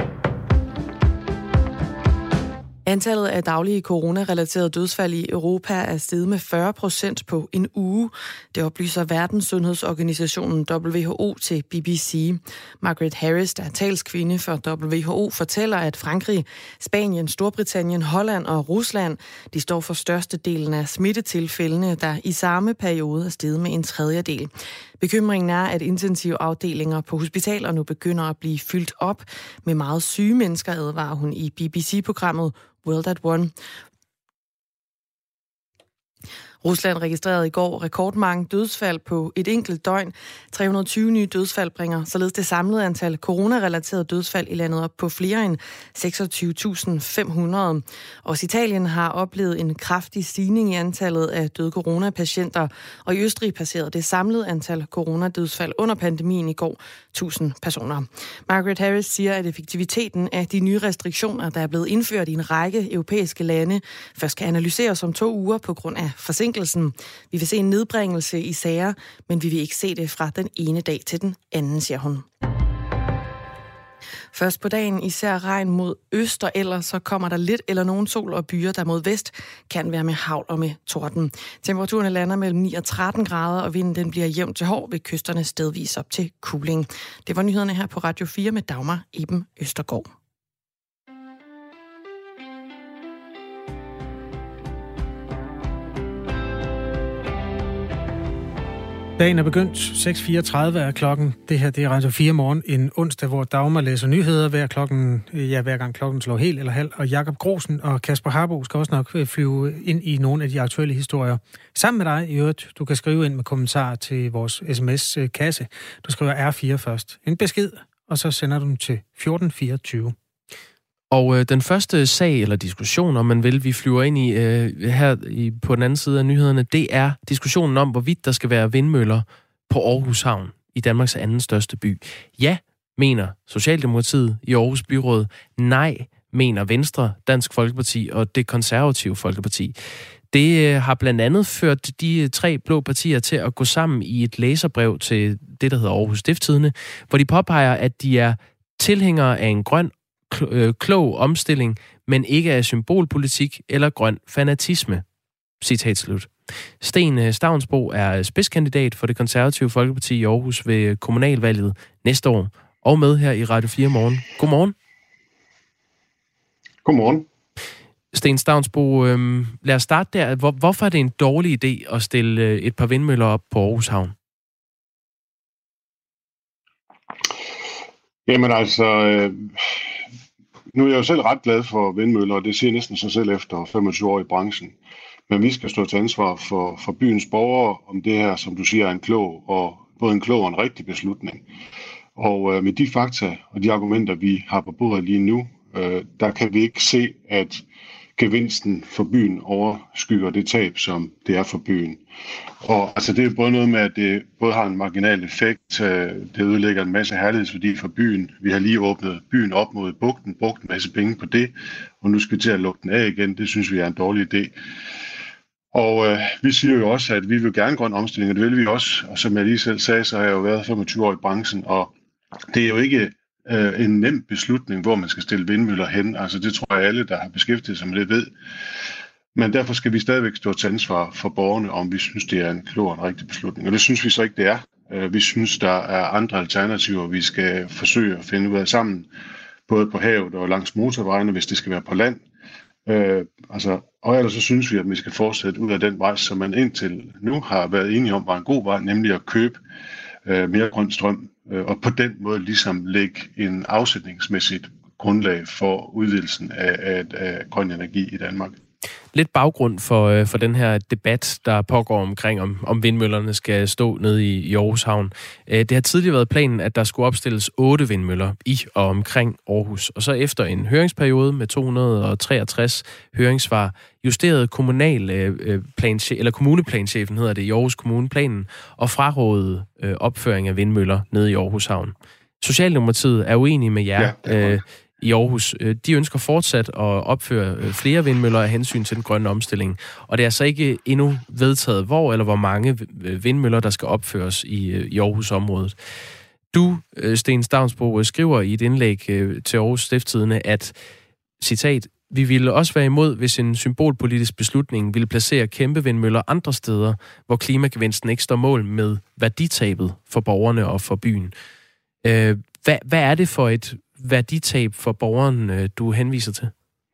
Antallet af daglige coronarelaterede dødsfald i Europa er steget med fyrre procent på en uge. Det oplyser Verdenssundhedsorganisationen W H O til B B C. Margaret Harris, der er talskvinde for W H O, fortæller, at Frankrig, Spanien, Storbritannien, Holland og Rusland de står for størstedelen af smittetilfældene, der i samme periode er steget med en tredjedel. Bekymringen er, at intensive afdelinger på hospitaler nu begynder at blive fyldt op med meget syge mennesker, advarer hun i B B C-programmet World at One. Rusland registrerede i går rekordmange dødsfald på et enkelt døgn. tre hundrede og tyve nye dødsfald bringer således det samlede antal coronarelaterede dødsfald i landet op på flere end seksogtyve tusind fem hundrede. Også Italien har oplevet en kraftig stigning i antallet af døde coronapatienter, og i Østrig passerede det samlede antal coronadødsfald under pandemien i går tusind personer. Margaret Harris siger, at effektiviteten af de nye restriktioner, der er blevet indført i en række europæiske lande, først skal analyseres om to uger på grund af forsinkelsen. Vi vil se en nedbringelse i sager, men vi vil ikke se det fra den ene dag til den anden, siger hun. Først på dagen især regn mod øst, og ellers så kommer der lidt eller nogen sol og byer, der mod vest kan være med hagl og med torden. Temperaturen lander mellem ni og tretten grader, og vinden den bliver jævnt til hård ved kysterne stedvis op til kuling. Det var nyhederne her på Radio fire med Dagmar Eben Østergaard. Dagen er begyndt. seks fireogtredive er klokken. Det her det er Radio fire morgen en onsdag, hvor Dagmar læser nyheder hver, klokken, ja, hver gang klokken slår helt eller halv. Og Jakob Grosen og Kasper Harbo skal også nok flyve ind i nogle af de aktuelle historier. Sammen med dig i øvrigt. Du kan skrive ind med kommentarer til vores sms-kasse. Du skriver R fire først. En besked, og så sender du den til fjorten fireogtyve. Og øh, den første sag eller diskussion, om man vil, vi flyver ind i øh, her i, på den anden side af nyhederne, det er diskussionen om, hvorvidt der skal være vindmøller på Aarhus Havn, i Danmarks anden største by. Ja, mener Socialdemokratiet i Aarhus Byråd. Nej, mener Venstre, Dansk Folkeparti og det konservative Folkeparti. Det øh, har blandt andet ført de tre blå partier til at gå sammen i et læserbrev til det, der hedder Aarhus Stiftstidende, hvor de påpeger, at de er tilhængere af en grøn klog omstilling, men ikke af symbolpolitik eller grøn fanatisme. Citat slut. Sten Stavnsbo er spidskandidat for det konservative Folkeparti i Aarhus ved kommunalvalget næste år, og med her i Radio fire Morgen. Godmorgen. Godmorgen. Sten Stavnsbo, øh, lad os starte der. Hvor, hvorfor er det en dårlig idé at stille et par vindmøller op på Aarhus Havn? Jamen altså, øh, nu er jeg jo selv ret glad for vindmøller, og det siger næsten sig selv efter femogtyve år i branchen. Men vi skal stå til ansvar for, for byens borgere om det her, som du siger, er en klog og både en klog og en rigtig beslutning. Og øh, med de fakta og de argumenter, vi har på bordet lige nu, øh, der kan vi ikke se, at gevinsten for byen overskygger det tab, som det er for byen. Og altså, det er både noget med, at det både har en marginal effekt, øh, det ødelægger en masse herlighedsværdi for byen. Vi har lige åbnet byen op mod bugten, brugt en masse penge på det, og nu skal vi til at lukke den af igen. Det synes vi er en dårlig idé. Og øh, vi siger jo også, at vi vil gerne grøn omstilling, og det vil vi også. Og som jeg lige selv sagde, så har jeg jo været femogtyve år i branchen, og det er jo ikke øh, en nem beslutning, hvor man skal stille vindmøller hen. Altså det tror jeg alle, der har beskæftiget sig med det, ved. Men derfor skal vi stadigvæk stå til ansvar for borgerne, om vi synes, det er en klog og en rigtig beslutning. Og det synes vi så ikke, det er. Øh, vi synes, der er andre alternativer, vi skal forsøge at finde ud af sammen, både på havet og langs motorvejene, hvis det skal være på land. Øh, altså, og ellers så synes vi, at vi skal fortsætte ud af den vej, som man indtil nu har været enige om var en god vej, nemlig at købe øh, mere grøn strøm, øh, og på den måde ligesom lægge en afsætningsmæssigt grundlag for udvidelsen af, af, af grøn energi i Danmark. Lidt baggrund for, for den her debat, der pågår omkring, om, om vindmøllerne skal stå nede i, i Aarhus Havn. Det har tidligere været planen, at der skulle opstilles otte vindmøller i og omkring Aarhus. Og så efter en høringsperiode med to hundrede og treogtres høringssvar, justerede kommunal, øh, plan, eller kommuneplanchefen, hedder det, i Aarhus Kommune planen, og frarådede øh, opføring af vindmøller nede i Aarhus Havn. Socialdemokratiet er uenige med jer. Ja, øh, i Aarhus. De ønsker fortsat at opføre flere vindmøller af hensyn til den grønne omstilling. Og det er altså ikke endnu vedtaget, hvor eller hvor mange vindmøller, der skal opføres i, i Aarhus-området. Du, Sten Stavnsbo, skriver i et indlæg til Aarhus Stiftstidende, at, citat, vi ville også være imod, hvis en symbolpolitisk beslutning ville placere kæmpe vindmøller andre steder, hvor klimagevinsten ikke står mål med værditabet for borgerne og for byen. Hvad, hvad er det for et værditab for borgeren, du henviser til?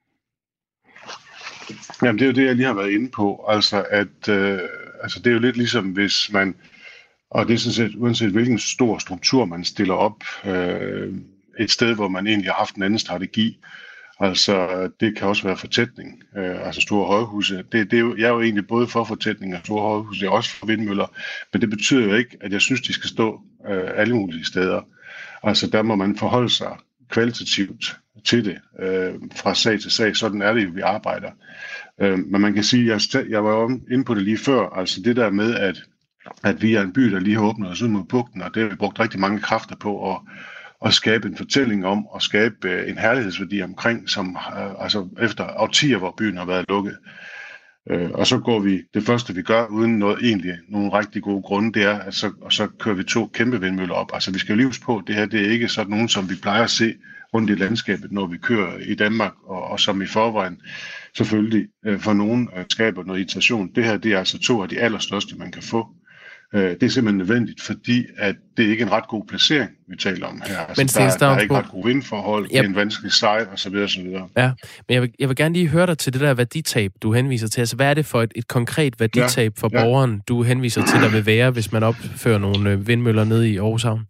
Jamen, det er jo det, jeg lige har været inde på. Altså, at, øh, altså, det er jo lidt ligesom, hvis man, og det er sådan set, uanset hvilken stor struktur man stiller op, øh, et sted, hvor man egentlig har haft en anden strategi. Altså, det kan også være fortætning, øh, altså store højhuse. Det, det er jo, jeg er jo egentlig både for fortætning og store højhuse, det er også for vindmøller, men det betyder jo ikke, at jeg synes, de skal stå øh, alle mulige steder. Altså, der må man forholde sig kvalitativt til det, øh, fra sag til sag. Sådan er det jo, vi arbejder. Øh, men man kan sige, at jeg, jeg var jo inde på det lige før, altså det der med, at, at vi er en by, der lige har åbnet os ud mod bugten, og det har vi brugt rigtig mange kræfter på at, at skabe en fortælling om, og skabe en herlighedsværdi omkring, som øh, altså efter årtier, hvor byen har været lukket. Øh, og så går vi, det første vi gør, uden noget egentlig, nogle rigtig gode grunde, det er, at så, og så kører vi to kæmpe vindmøller op. Altså vi skal jo lige huske på, at det her, det er ikke sådan nogen, som vi plejer at se rundt i landskabet, når vi kører i Danmark, og, og som i forvejen selvfølgelig øh, for nogen øh, skaber noget irritation. Det her, det er altså to af de allerstørste, man kan få. Øh, det er simpelthen nødvendigt, fordi at det ikke er en ret god placering, vi taler om her. Altså, men der, der er ikke ret gode vindforhold, yep. Det er en vanskelig sejl, og så videre, så videre. Ja, men jeg vil, jeg vil gerne lige høre dig til det der værditab, du henviser til. Altså, hvad er det for et, et konkret værditab ja, for ja. borgeren, du henviser til, der vil være, hvis man opfører nogle vindmøller nede i Aarhus Havn?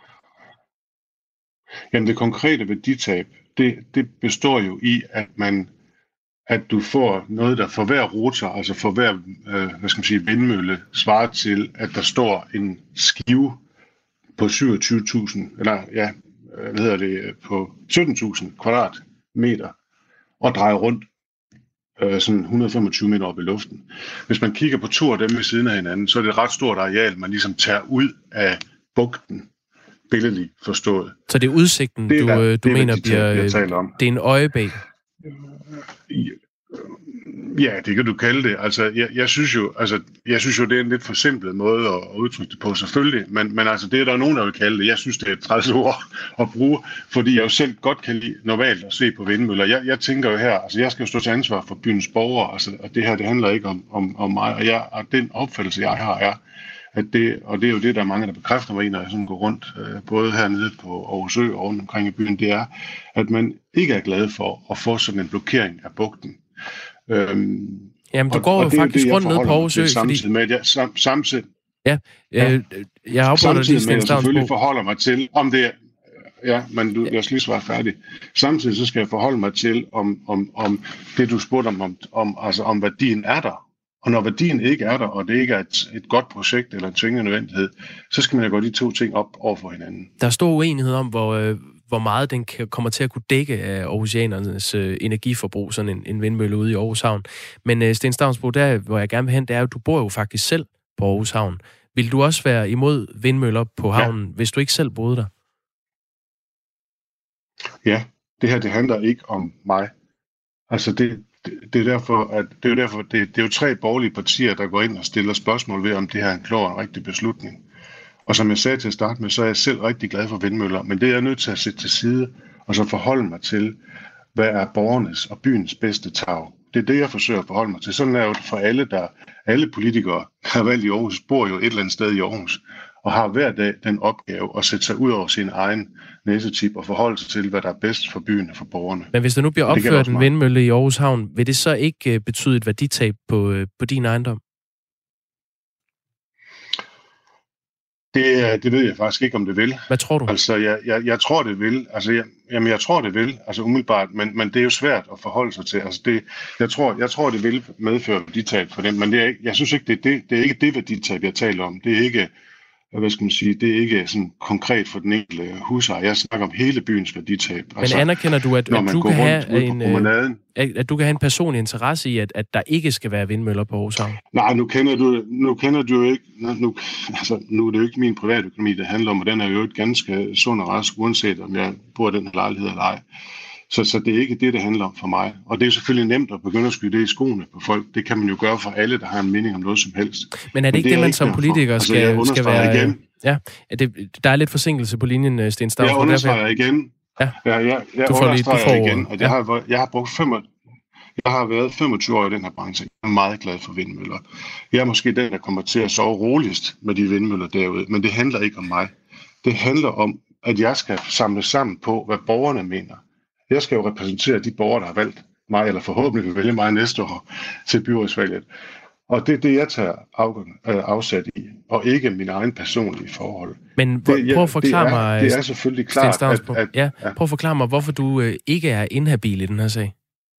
Jamen, det konkrete værditab, det, det består jo i, at man at du får noget, der for hver rotor, altså for hver øh, hvad skal man sige, vindmølle, svarer til, at der står en skive på syvogtyve tusind, eller ja, hvad hedder det, på sytten tusind kvadratmeter, og drejer rundt øh, sådan et hundrede og femogtyve meter op i luften. Hvis man kigger på to af dem ved siden af hinanden, så er det et ret stort areal, man ligesom tager ud af bugten, billedligt forstået. Så det er udsigten, det er, du, du det mener, bliver, jeg taler om. Det er en øjebæk? Ja, det kan du kalde det. Altså, jeg, jeg, synes jo, altså, jeg synes jo, det er en lidt forsimplet måde at, at udtrykke det på, selvfølgelig. Men, men altså, det er der nogen, der vil kalde det. Jeg synes, det er et træls ord at bruge, fordi jeg jo selv godt kan lide normalt at se på vindmøller. Jeg, jeg tænker jo her, altså, jeg skal jo stå til ansvar for byens borgere, altså, og det her, det handler ikke om, om, om mig. Og, jeg, og den opfattelse, jeg har, er, at det, og det er jo det, der er mange, der bekræfter mig, når jeg sådan går rundt, øh, både hernede på Aarhus Ø og rundt omkring i byen, det er, at man ikke er glad for at få sådan en blokering af bugten. Øhm, Jamen, du går jo faktisk rundt ned på Aarhus Ø, samtidig fordi... med, at jeg, sam, samtidig, ja, øh, jeg afbryder lige Sten med, at jeg selvfølgelig Stavnsbo. forholder mig til, om det er... Ja, men du, jeg skal lige svare færdig. Samtidig så skal jeg forholde mig til, om, om, om det, du spurgte om, om, om, altså om værdien er der. Og når værdien ikke er der, og det ikke er et, et godt projekt eller en tvingende nødvendighed, så skal man jo gå de to ting op over for hinanden. Der er stor uenighed om, hvor, øh, hvor meget den kan, kommer til at kunne dække af aarhusianernes øh, energiforbrug, sådan en, en vindmølle ude i Aarhus Havn. Men øh, Sten Stavnsbo, der hvor jeg gerne vil hen, det er jo, du bor jo faktisk selv på Aarhus Havn. Vil du også være imod vindmøller på havnen, ja, hvis du ikke selv boede der? Ja, det her, det handler ikke om mig. Altså det... Det, det er derfor, at det er derfor, det, det er jo tre borgerlige partier, der går ind og stiller spørgsmål ved, om det her er en klog og en rigtig beslutning. Og som jeg sagde til at starte med, så er jeg selv rigtig glad for vindmøller, men det er jeg nødt til at sætte til side, og så forholde mig til, hvad er borgernes og byens bedste tag. Det er det, jeg forsøger at forholde mig til. Sådan er jo for alle, der, alle politikere, der har valgt i Aarhus, bor jo et eller andet sted i Aarhus, og har hver dag den opgave at sætte sig ud over sin egen næsetip og forholde sig til, hvad der er bedst for byen og for borgerne. Men hvis der nu bliver opført en vindmølle i Aarhus Havn, vil det så ikke betyde et værditab på, på din ejendom? Det, det ved jeg faktisk ikke, om det vil. Hvad tror du? Altså, jeg, jeg, jeg tror, det vil. Altså, jeg, jamen, jeg tror, det vil. Altså, umiddelbart. Men, men det er jo svært at forholde sig til. Altså, det, jeg, tror, jeg tror, det vil medføre værditab for dem. Men det er ikke, jeg synes ikke, det er, det, det er ikke det værditab, jeg taler om. Det er ikke... Hvad skal man sige, det er ikke sådan konkret for den enkelte husejer. Jeg snakker om hele byens værditab. Men altså, anerkender du, at, at, du kan have en, at du kan have en personlig interesse i, at, at der ikke skal være vindmøller på Aarhus Havn? Nej, nu kender du, nu kender du jo ikke... Nu, altså, nu er det jo ikke min privatøkonomi, det handler om, og den er jo et ganske sund og rask, uanset om jeg bor i den her lejlighed eller ej. Så, så det er ikke det, det handler om for mig. Og det er selvfølgelig nemt at begynde at skyde det i skoene på folk. Det kan man jo gøre for alle, der har en mening om noget som helst. Men er det ikke det, det man som politiker skal, altså, skal være... Igen. Ja, det, der er lidt forsinkelse på linjen, Sten Stavnsbo. Jeg understreger igen. Ja, ja jeg, jeg du får understreger lige, du får, igen, at jeg, ja. har, jeg har brugt fem, jeg har været femogtyve år i den her branche. Jeg er meget glad for vindmøller. Jeg er måske den, der kommer til at sove roligst med de vindmøller derude, men det handler ikke om mig. Det handler om, at jeg skal samle sammen på, hvad borgerne mener. Jeg skal jo repræsentere de borgere, der har valgt mig, eller forhåbentlig vil vælge mig næste år til byrådsvalget. Og det er det, jeg tager afsat i, og ikke min egen personlige forhold. Men prøv, det, ja, prøv at forklare det er, mig, det er selvfølgelig klart, at, at, ja, prøv at forklare mig, hvorfor du øh, ikke er inhabil i den her sag.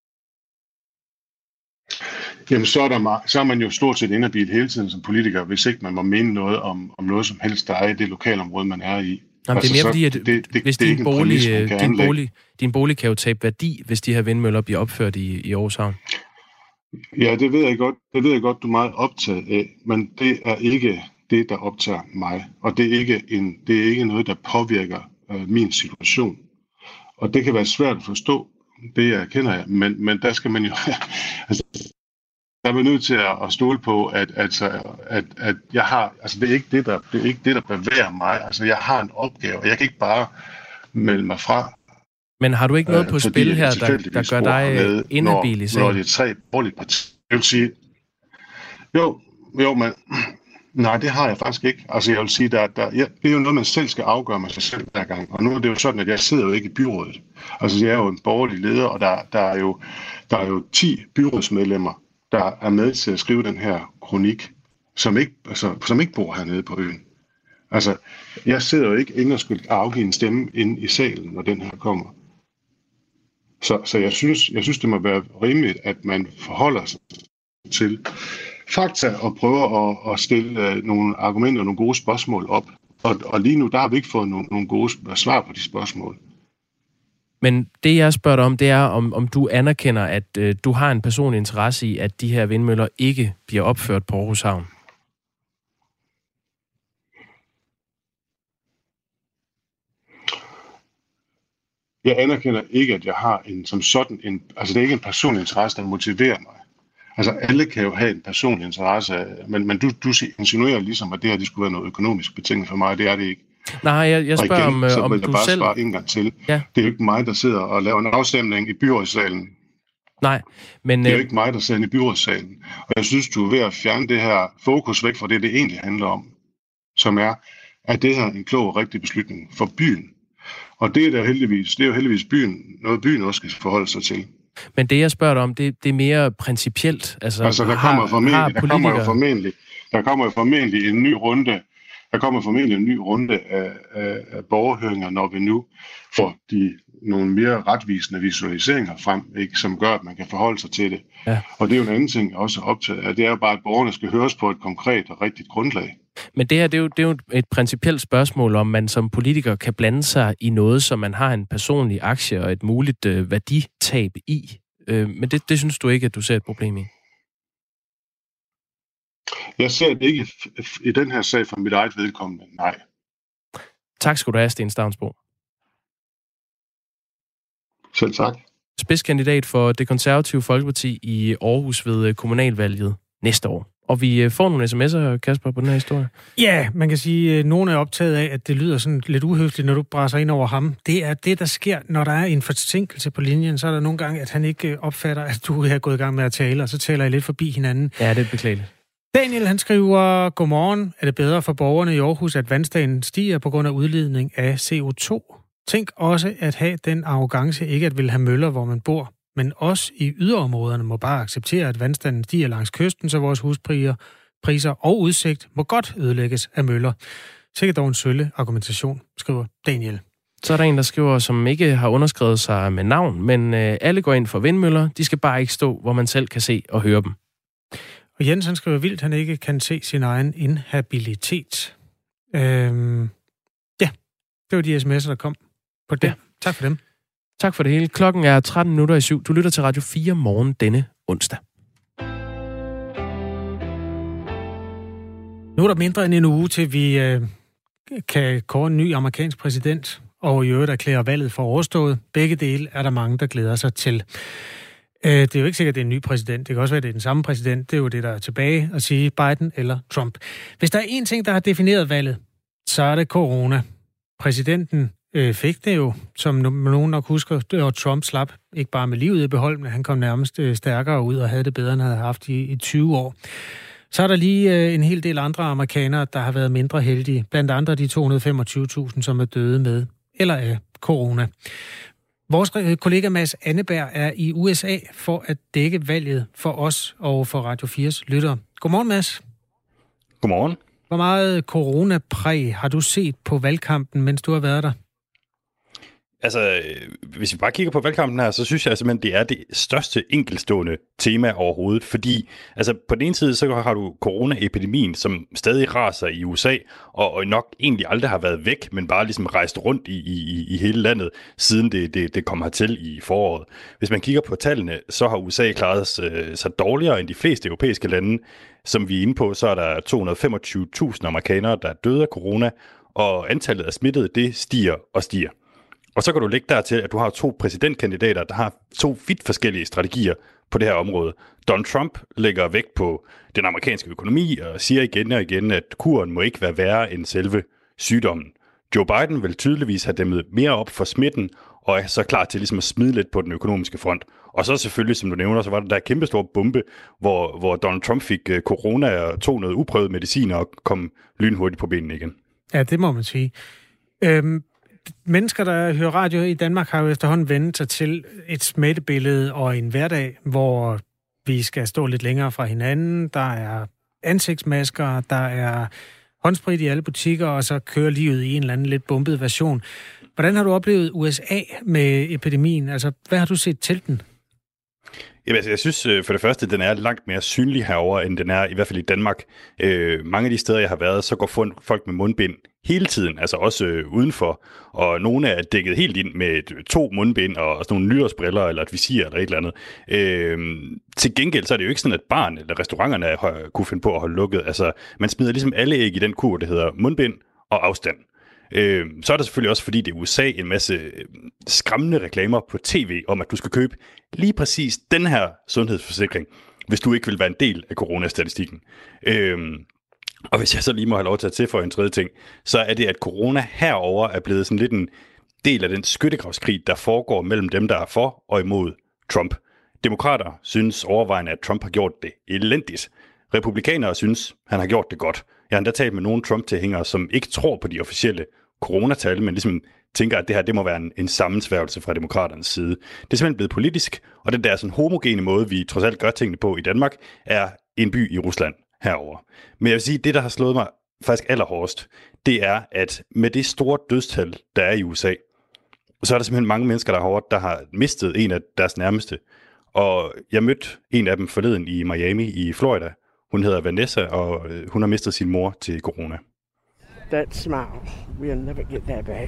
Jamen, så er, der, så er man jo stort set inhabil hele tiden som politiker, hvis ikke man må mene noget om, om noget som helst, der er i det lokalområde, man er i. Jamen, altså, det er mere fordi, at det, det, hvis det din, bolig, præmis, din, bolig, din bolig kan jo tabe værdi, hvis de her vindmøller bliver opført i, i Aarhus Havn. Ja, det ved jeg godt. Det ved jeg godt, du er meget optaget af, men det er ikke det, der optager mig, og det er ikke en, det er ikke noget, der påvirker øh, min situation. Og det kan være svært at forstå, det jeg kender jeg, men men der skal man jo, altså, der er man nødt til at, at stole på, at altså at at jeg har, altså det er ikke det der, det er ikke det der bevæger mig. Altså jeg har en opgave, og jeg kan ikke bare melde mig fra. Men har du ikke noget på øh, spil her, der, der gør dig inhabil i sagen? Når det er tre borgerlige partier, jeg vil sige, jo, jo, men nej, det har jeg faktisk ikke. Altså jeg vil sige, der, der, ja, det er jo noget, man selv skal afgøre med sig selv hver gang. Og nu er det jo sådan, at jeg sidder jo ikke i byrådet. Altså jeg er jo en borgerlig leder, og der, der, er, jo, der er jo ti byrådsmedlemmer, der er med til at skrive den her kronik, som ikke, altså, som ikke bor hernede på øen. Altså, jeg sidder jo ikke ingen skyld at afgive en stemme ind i salen, når den her kommer. Så, så jeg, synes, jeg synes, det må være rimeligt, at man forholder sig til fakta og prøver at, at stille uh, nogle argumenter og nogle gode spørgsmål op. Og, og lige nu, der har vi ikke fået nogle, nogle gode svar på de spørgsmål. Men det, jeg spørger dig om, det er, om, om du anerkender, at øh, du har en personlig interesse i, at de her vindmøller ikke bliver opført på Aarhus Havn. Jeg anerkender ikke, at jeg har en som sådan en, altså det er ikke en personlig interesse, der motiverer mig. Altså, alle kan jo have en personlig interesse, men, men du, du insinuerer ligesom, at det her det skulle være noget økonomisk betinget for mig, det er det ikke. Nej, jeg, jeg spørger igen, om, så om vil jeg du bare selv... svare en gang til. Ja. Det er jo ikke mig, der sidder og laver en afstemning i byrådssalen. Nej, men... Det er jo ikke mig, der sidder i byrådssalen. Og jeg synes, du er ved at fjerne det her fokus væk fra det, det egentlig handler om. Som er, at det her en klog og rigtig beslutning for byen. Og det er, der heldigvis, det er jo heldigvis byen, noget byen også skal forholde sig til. Men det, jeg spørger dig om, det, det er mere principielt. Altså, altså der, kommer formentlig, der, kommer jo formentlig, der kommer jo formentlig en ny runde, der kommer formentlig en ny runde af, af, af borgerhøringer, når vi nu får de, nogle mere retvisende visualiseringer frem, ikke, som gør, at man kan forholde sig til det. Ja. Og det er jo en anden ting, jeg også er optaget af. Det er jo bare, at borgerne skal høres på et konkret og rigtigt grundlag. Men det her, det er, jo, det er jo et principielt spørgsmål, om man som politiker kan blande sig i noget, som man har en personlig aktie og et muligt øh, værditab i. Øh, men det, det synes du ikke, at du ser et problem i? Jeg ser det ikke i den her sag for mit eget vedkommende, nej. Tak skal du have, Sten Stavnsbo. Selv tak. Spidskandidat for Det Konservative Folkeparti i Aarhus ved kommunalvalget næste år. Og vi får nogle sms'er, Kasper, på den her historie. Ja, man kan sige, at nogen er optaget af, at det lyder sådan lidt uhøfligt, når du brænder ind over ham. Det er det, der sker, når der er en forsinkelse på linjen. Så er der nogle gange, at han ikke opfatter, at du er gået i gang med at tale, og så taler I lidt forbi hinanden. Ja, det er beklageligt. Daniel, han skriver, godmorgen. Er det bedre for borgerne i Aarhus, at vandstanden stiger på grund af udledning af C O to? Tænk også at have den arrogance ikke at ville have møller, hvor man bor. Men også i yderområderne må bare acceptere, at vandstanden stiger langs kysten, så vores huspriser priser og udsigt må godt ødelægges af møller. Sikkert dog en sølle argumentation, skriver Daniel. Så er der en, der skriver, som ikke har underskrevet sig med navn, men øh, alle går ind for vindmøller. De skal bare ikke stå, hvor man selv kan se og høre dem. Og Jens, han skriver vildt, han ikke kan se sin egen inhabilitet. Øhm, ja, det var de sms'er, der kom på det. Ja. Tak for dem. Tak for det hele. Klokken er tretten minutter i syv. Du lytter til Radio fire morgen denne onsdag. Nu er der mindre end en uge, til vi øh, kan kåre en ny amerikansk præsident, og i øvrigt erklære valget for overstået. Begge dele er der mange, der glæder sig til. Øh, det er jo ikke sikkert, at det er en ny præsident. Det kan også være, at det er den samme præsident. Det er jo det, der er tilbage at sige Biden eller Trump. Hvis der er én ting, der har defineret valget, så er det corona. Præsidenten øh, fik det jo, som nogen nok husker, og Trump slap ikke bare med livet i behold, men han kom nærmest øh, stærkere ud og havde det bedre, end han havde haft i, i tyve år. Så er der lige øh, en hel del andre amerikanere, der har været mindre heldige. Blandt andre de to hundrede og femogtyve tusind, som er døde med eller af corona. Vores kollega Mads Anneberg er i U S A for at dække valget for os og for Radio fires lyttere. Godmorgen, Mads. Godmorgen. Hvor meget coronapræg har du set på valgkampen, mens du har været der? Altså, hvis vi bare kigger på valgkampen her, så synes jeg simpelthen, det er det største enkeltstående tema overhovedet. Fordi altså, på den ene side, så har du coronaepidemien, som stadig raser i U S A, og, og nok egentlig aldrig har været væk, men bare ligesom rejst rundt i, i, i hele landet, siden det, det, det kom hertil i foråret. Hvis man kigger på tallene, så har U S A klaret sig, sig dårligere end de fleste europæiske lande. Som vi er inde på, så er der to hundrede og femogtyve tusind amerikanere, der er døde af corona, og antallet af smittede, det stiger og stiger. Og så kan du lægge dertil, at du har to præsidentkandidater, der har to vidt forskellige strategier på det her område. Donald Trump lægger vægt på den amerikanske økonomi og siger igen og igen, at kuren må ikke være værre end selve sygdommen. Joe Biden vil tydeligvis have dæmmet mere op for smitten og er så klar til ligesom at smide lidt på den økonomiske front. Og så selvfølgelig, som du nævner, så var der der kæmpestor bombe, hvor, hvor Donald Trump fik corona og tog noget uprøvet medicin og kom lynhurtigt på benene igen. Ja, det må man sige. Øhm Mennesker, der hører radio i Danmark, har jo efterhånden vendt sig til et smittebillede og en hverdag, hvor vi skal stå lidt længere fra hinanden. Der er ansigtsmasker, der er håndsprit i alle butikker, og så kører livet i en eller anden lidt bumpet version. Hvordan har du oplevet U S A med epidemien? Altså, hvad har du set til den? Jamen, altså, jeg synes for det første, den er langt mere synlig herover end den er i hvert fald i Danmark. Øh, mange af de steder, jeg har været, så går folk med mundbind hele tiden, altså også øh, udenfor. Og nogle er dækket helt ind med to mundbind og sådan nogle nytårsbriller eller et visir eller et eller andet. Øh, til gengæld så er det jo ikke sådan, at barn eller restauranterne har, kunne finde på at holde lukket. Altså, man smider ligesom alle æg i den kur, der hedder mundbind og afstand. Øh, så er der selvfølgelig også, fordi det er U S A, en masse skræmmende reklamer på tv om, at du skal købe lige præcis den her sundhedsforsikring. hvis du ikke vil være en del af coronastatistikken. Øhm, og hvis jeg så lige må have lov til at tilføje en tredje ting, så er det, at corona herover er blevet sådan lidt en del af den skyttegravskrig, der foregår mellem dem, der er for og imod Trump. Demokrater synes overvejende, at Trump har gjort det elendigt. Republikanere synes, han har gjort det godt. Jeg har endda talt med nogle Trump-tilhængere, som ikke tror på de officielle coronatal, men ligesom tænker, at det her det må være en, en sammensværgelse fra demokraternes side. Det er simpelthen blevet politisk, og den der sådan homogene måde, vi trods alt gør tingene på i Danmark, er en by i Rusland herover. Men jeg vil sige, det der har slået mig faktisk allerhårdest, det er, at med det store dødstal, der er i U S A, så er der simpelthen mange mennesker, der har, der har mistet en af deres nærmeste. Og jeg mødte en af dem forleden i Miami i Florida. Hun hedder Vanessa, og hun har mistet sin mor til corona. That smile, we'll never get that back.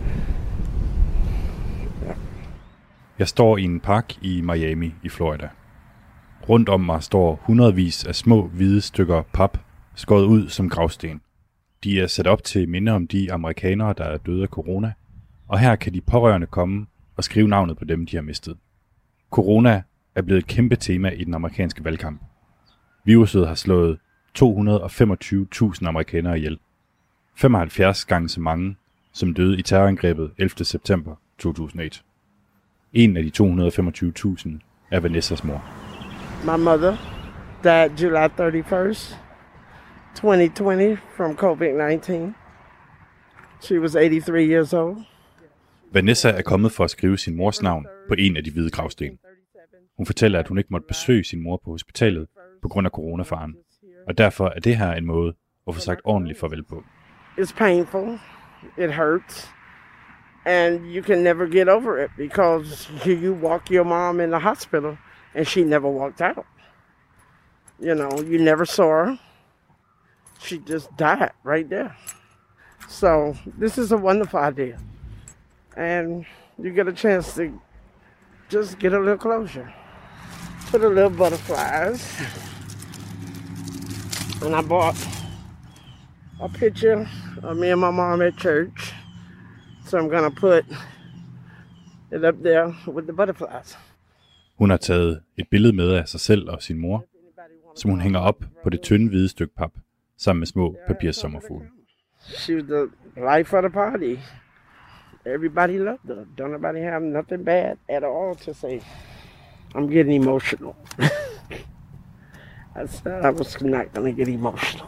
Yeah. Jeg står i en park i Miami i Florida. Rundt om mig står hundredvis af små hvide stykker pap, skåret ud som gravsten. De er sat op til minde om de amerikanere, der er døde af corona, og her kan de pårørende komme og skrive navnet på dem, de har mistet. Corona er blevet et kæmpe tema i den amerikanske valgkamp. Viruset har slået to hundrede og femogtyve tusind amerikanere ihjel. femoghalvfjerds gange så mange, som døde i terrorangrebet ellevte september to tusind og et. En af de to hundrede og femogtyve tusind er Vanessas mor. My mother died July thirty-first, twenty twenty from covid nineteen. She was eighty-three years old. Vanessa er kommet for at skrive sin mors navn på en af de hvide gravsten. Hun fortæller, at hun ikke måtte besøge sin mor på hospitalet på grund af coronafaren. Og derfor er det her en måde at få sagt ordentligt farvel på. It's painful. It hurts. And you can never get over it because you walk your mom in the hospital and she never walked out. You know, you never saw her. She just died right there. So this is a wonderful idea. And you get a chance to just get a little closure. Put a little butterflies. And I bought a picture of me and my mom at church. So I'm gonna put it up there with the butterflies. Hun har taget et billede med af sig selv og sin mor, som hun hænger op på det tynde hvide stykke pap, sammen med små papirssommerfugle. She was the life of the party. Everybody loved her. Don't nobody have nothing bad at all to say. I'm getting emotional. I said I was not going to get emotional.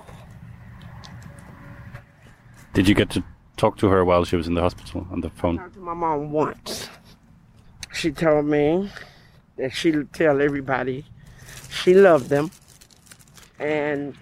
Did you get to talk to her while she was in the hospital on the phone? I talked to my mom once. She told me that she'll tell everybody she loved them. And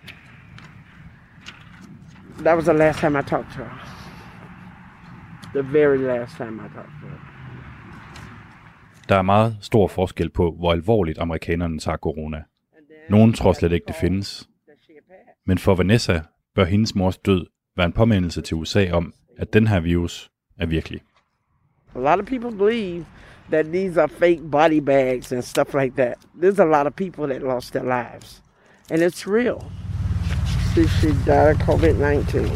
that was the last time I talked to her. The very last time I talked to her. Der er meget stor forskel på, hvor alvorligt amerikanerne tager corona. Nogen tror slet ikke, det findes. Men for Vanessa bør hendes mors død være en påmindelse til U S A om, at den her virus er virkelig. A lot of people believe that these are fake body bags and stuff like that. There's a lot of people that lost their lives. And it's real. See, she died of covid nineteen.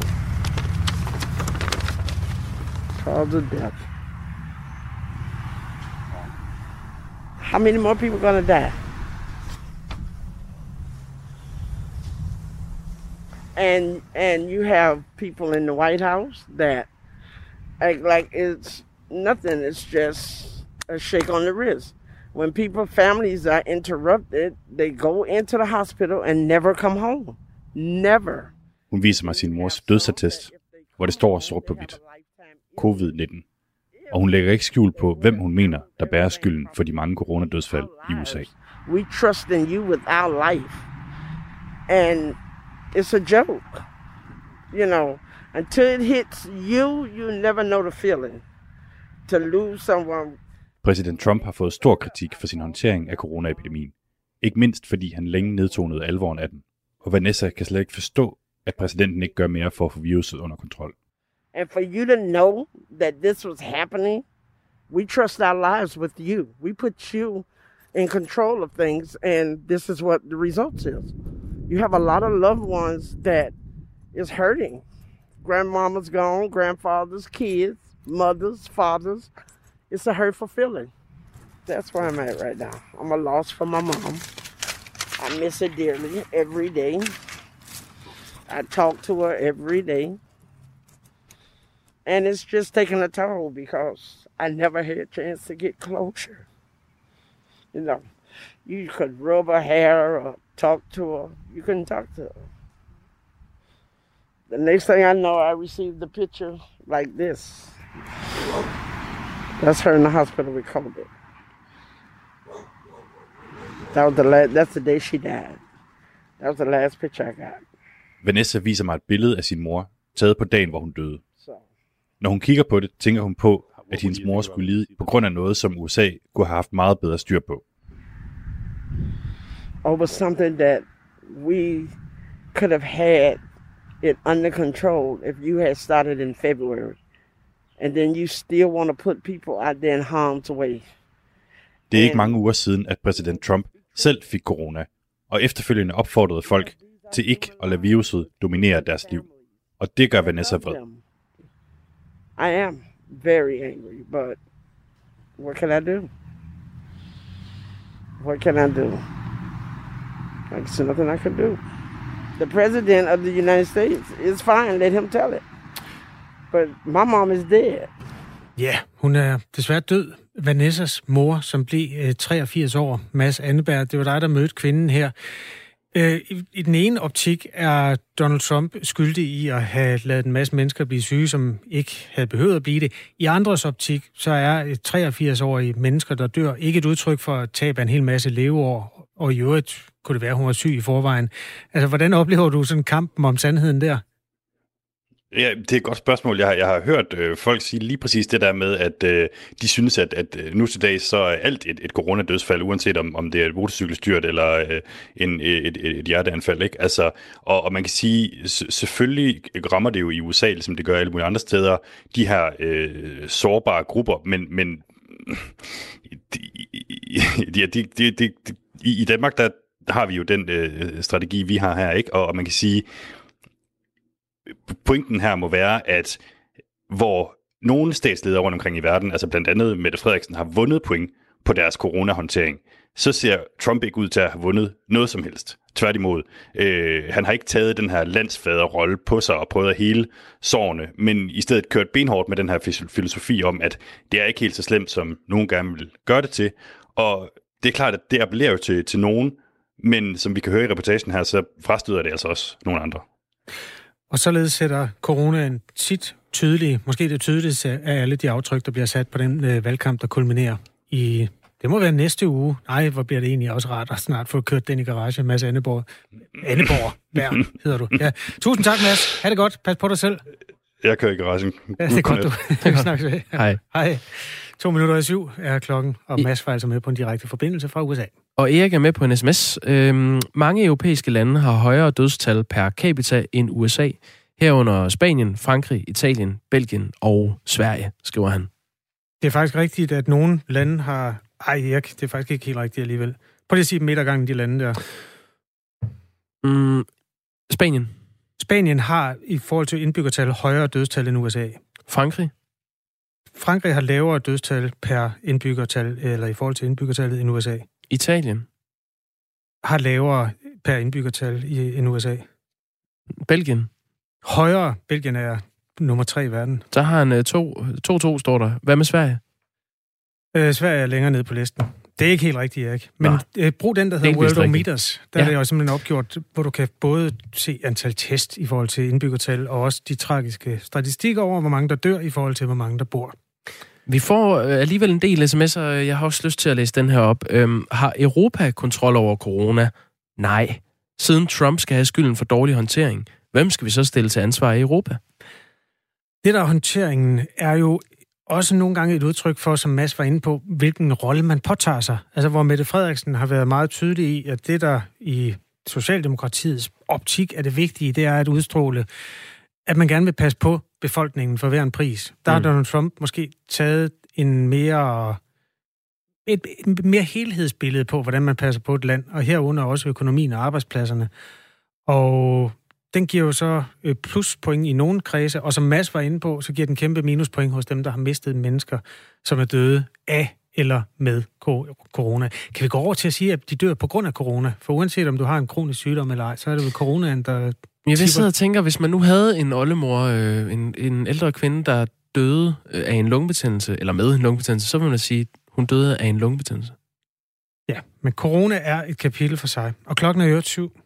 Cause of death. How many more people are gonna die? And and you have people in the White House that act like it's nothing. It's just a shake on the wrist. When people, families are interrupted, they go into the hospital and never come home. Never. Hun viser mig sin mors dødsattest, hvor det står sort på hvidt. covid nitten. Og hun lægger ikke skjul på, hvem hun mener, der bærer skylden for de mange coronadødsfald i U S A. We trust in you with our life. And it's a joke. You know, until it hits you, you never know the feeling. To lose someone. Præsident Trump har fået stor kritik for sin håndtering af coronaepidemien. Ikke mindst fordi han længe nedtonede alvoren af den. Og Vanessa kan slet ikke forstå, at præsidenten ikke gør mere for at få viruset under kontrol. And for you to know that this was happening, we trust our lives with you. We put you in control of things, and this is what the result is. You have a lot of loved ones that is hurting. Grandmama's gone, grandfather's kids, mothers, fathers. It's a hurtful feeling. That's where I'm at right now. I'm a loss for my mom. I miss her dearly every day. I talk to her every day. And it's just taking a toll because I never had a chance to get closure. You know, you could rub her hair or talk to her. You couldn't talk to her. The next thing I know, I received a picture like this. That's her in the hospital, we called it. That was the last, that's the day she died. That was the last picture I got. Vanessa viser mig et billede af sin mor, taget på dagen, hvor hun døde. Når hun kigger på det, tænker hun på, at hendes mor skulle lide på grund af noget, som U S A kunne have haft meget bedre styr på. Over something that we could have had it under control if you had started in February. And then you still want to put people out there in harm's way. Det er ikke mange uger siden, at præsident Trump selv fik corona, og efterfølgende opfordrede folk til ikke at lade viruset dominere deres liv. Og det gør Vanessa vred. I am very angry, but what can I do? What can I do? There's nothing I can do. The president of the United States is fine, let him tell it. But my mom is dead. Ja, yeah, hun er desværre død. Vanessas mor, som blev øh, treogfirs år, Mads Anneberg, det var dig, der mødte kvinden her. Øh, i, I den ene optik er Donald Trump skyldig i at have ladet en masse mennesker blive syge, som ikke havde behøvet at blive det. I andres optik, så er treogfirs-årige mennesker, der dør, ikke et udtryk for at tabe en hel masse leveår, og i øvrigt kunne det være, at hun var syg i forvejen. Altså, hvordan oplever du sådan kampen om sandheden der? Ja, det er et godt spørgsmål. Jeg har, jeg har hørt øh, folk sige lige præcis det der med, at øh, de synes, at, at nu til dag, så er alt et, et coronadødsfald, uanset om, om det er et motorcykelstyrt eller øh, en, et, et, et hjerteanfald, ikke? Altså, og, og man kan sige, selvfølgelig rammer det jo i U S A, ligesom det gør alle mulige andre steder, de her øh, sårbare grupper, men, men de, de, de, de, de, i Danmark, der har vi jo den øh, strategi, vi har her, ikke? Og, og man kan sige, pointen her må være, at hvor nogle statsledere rundt omkring i verden, altså blandt andet Mette Frederiksen, har vundet point på deres coronahåndtering, så ser Trump ikke ud til at have vundet noget som helst. Tværtimod. Øh, han har ikke taget den her landsfaderrolle på sig og prøvet at hele sårene, men i stedet kørt benhårdt med den her filosofi om, at det er ikke helt så slemt, som nogen gerne vil gøre det til. Og det er klart, at det appellerer jo til, til nogen, men som vi kan høre i reportagen her, så frastøder det altså også nogle andre. Og således sætter coronaen sit tydelige, måske det tydeligste af alle de aftryk, der bliver sat på den øh, valgkamp, der kulminerer i, det må være næste uge. Nej, hvor bliver det egentlig også rart at snart få kørt den i garage. Mads Anneborg. Anneborg, Bær, hedder du. Ja. Tusind tak, Mads. Ha' det godt. Pas på dig selv. Jeg kører i garagen. Ja, det er godt, du. Vi snakkes ved. Hej. Hej. To minutter i syv er klokken, og Mads var altså med på en direkte forbindelse fra U S A. Og Erik er med på en sms. Øhm, mange europæiske lande har højere dødstal per capita end U S A. Herunder Spanien, Frankrig, Italien, Belgien og Sverige, skriver han. Det er faktisk rigtigt, at nogle lande har... Ej, Erik, det er faktisk ikke helt rigtigt alligevel. Prøv lige at sige dem et af gangen, de lande der. Mm, Spanien. Spanien har i forhold til indbyggertal højere dødstal end U S A. Frankrig. Frankrig har lavere dødstal per indbyggertal, eller i forhold til indbyggertallet end U S A. Italien. Har lavere per indbyggertal end U S A. Belgien. Højere. Belgien er nummer tre i verden. Så har han to, to, to står der. Hvad med Sverige? Øh, Sverige er længere nede på listen. Det er ikke helt rigtigt, Erik. Men øh, brug den, der hedder Worldometers. Der ja. er det jo simpelthen opgjort, hvor du kan både se antal test i forhold til indbyggertal, og også de tragiske statistikker over, hvor mange der dør i forhold til, hvor mange der bor. Vi får alligevel en del sms'er. Jeg har også lyst til at læse den her op. Øhm, har Europa kontrol over corona? Nej. Siden Trump skal have skylden for dårlig håndtering, hvem skal vi så stille til ansvar i Europa? Det der håndteringen er jo også nogle gange et udtryk for, som Mads var inde på, hvilken rolle man påtager sig. Altså hvor Mette Frederiksen har været meget tydelig i, at det der i Socialdemokratiets optik er det vigtige, det er at udstråle, at man gerne vil passe på befolkningen for hver en pris. Der har mm. Donald Trump måske taget en mere, et, et mere helhedsbillede på, hvordan man passer på et land, og herunder også økonomien og arbejdspladserne. Og den giver jo så pluspoint i nogle kredse, og som Mads var inde på, så giver den kæmpe minuspoint hos dem, der har mistet mennesker, som er døde af eller med corona. Kan vi gå over til at sige, at de dør på grund af corona? For uanset om du har en kronisk sygdom eller ej, så er det vel coronaen, der Jeg vil sidde og tænke, hvis man nu havde en oldemor, øh, en, en ældre kvinde, der døde af en lungebetændelse, eller med en lungebetændelse, så vil man sige, at hun døde af en lungebetændelse. Ja, men corona er et kapitel for sig. Og klokken er jo syv.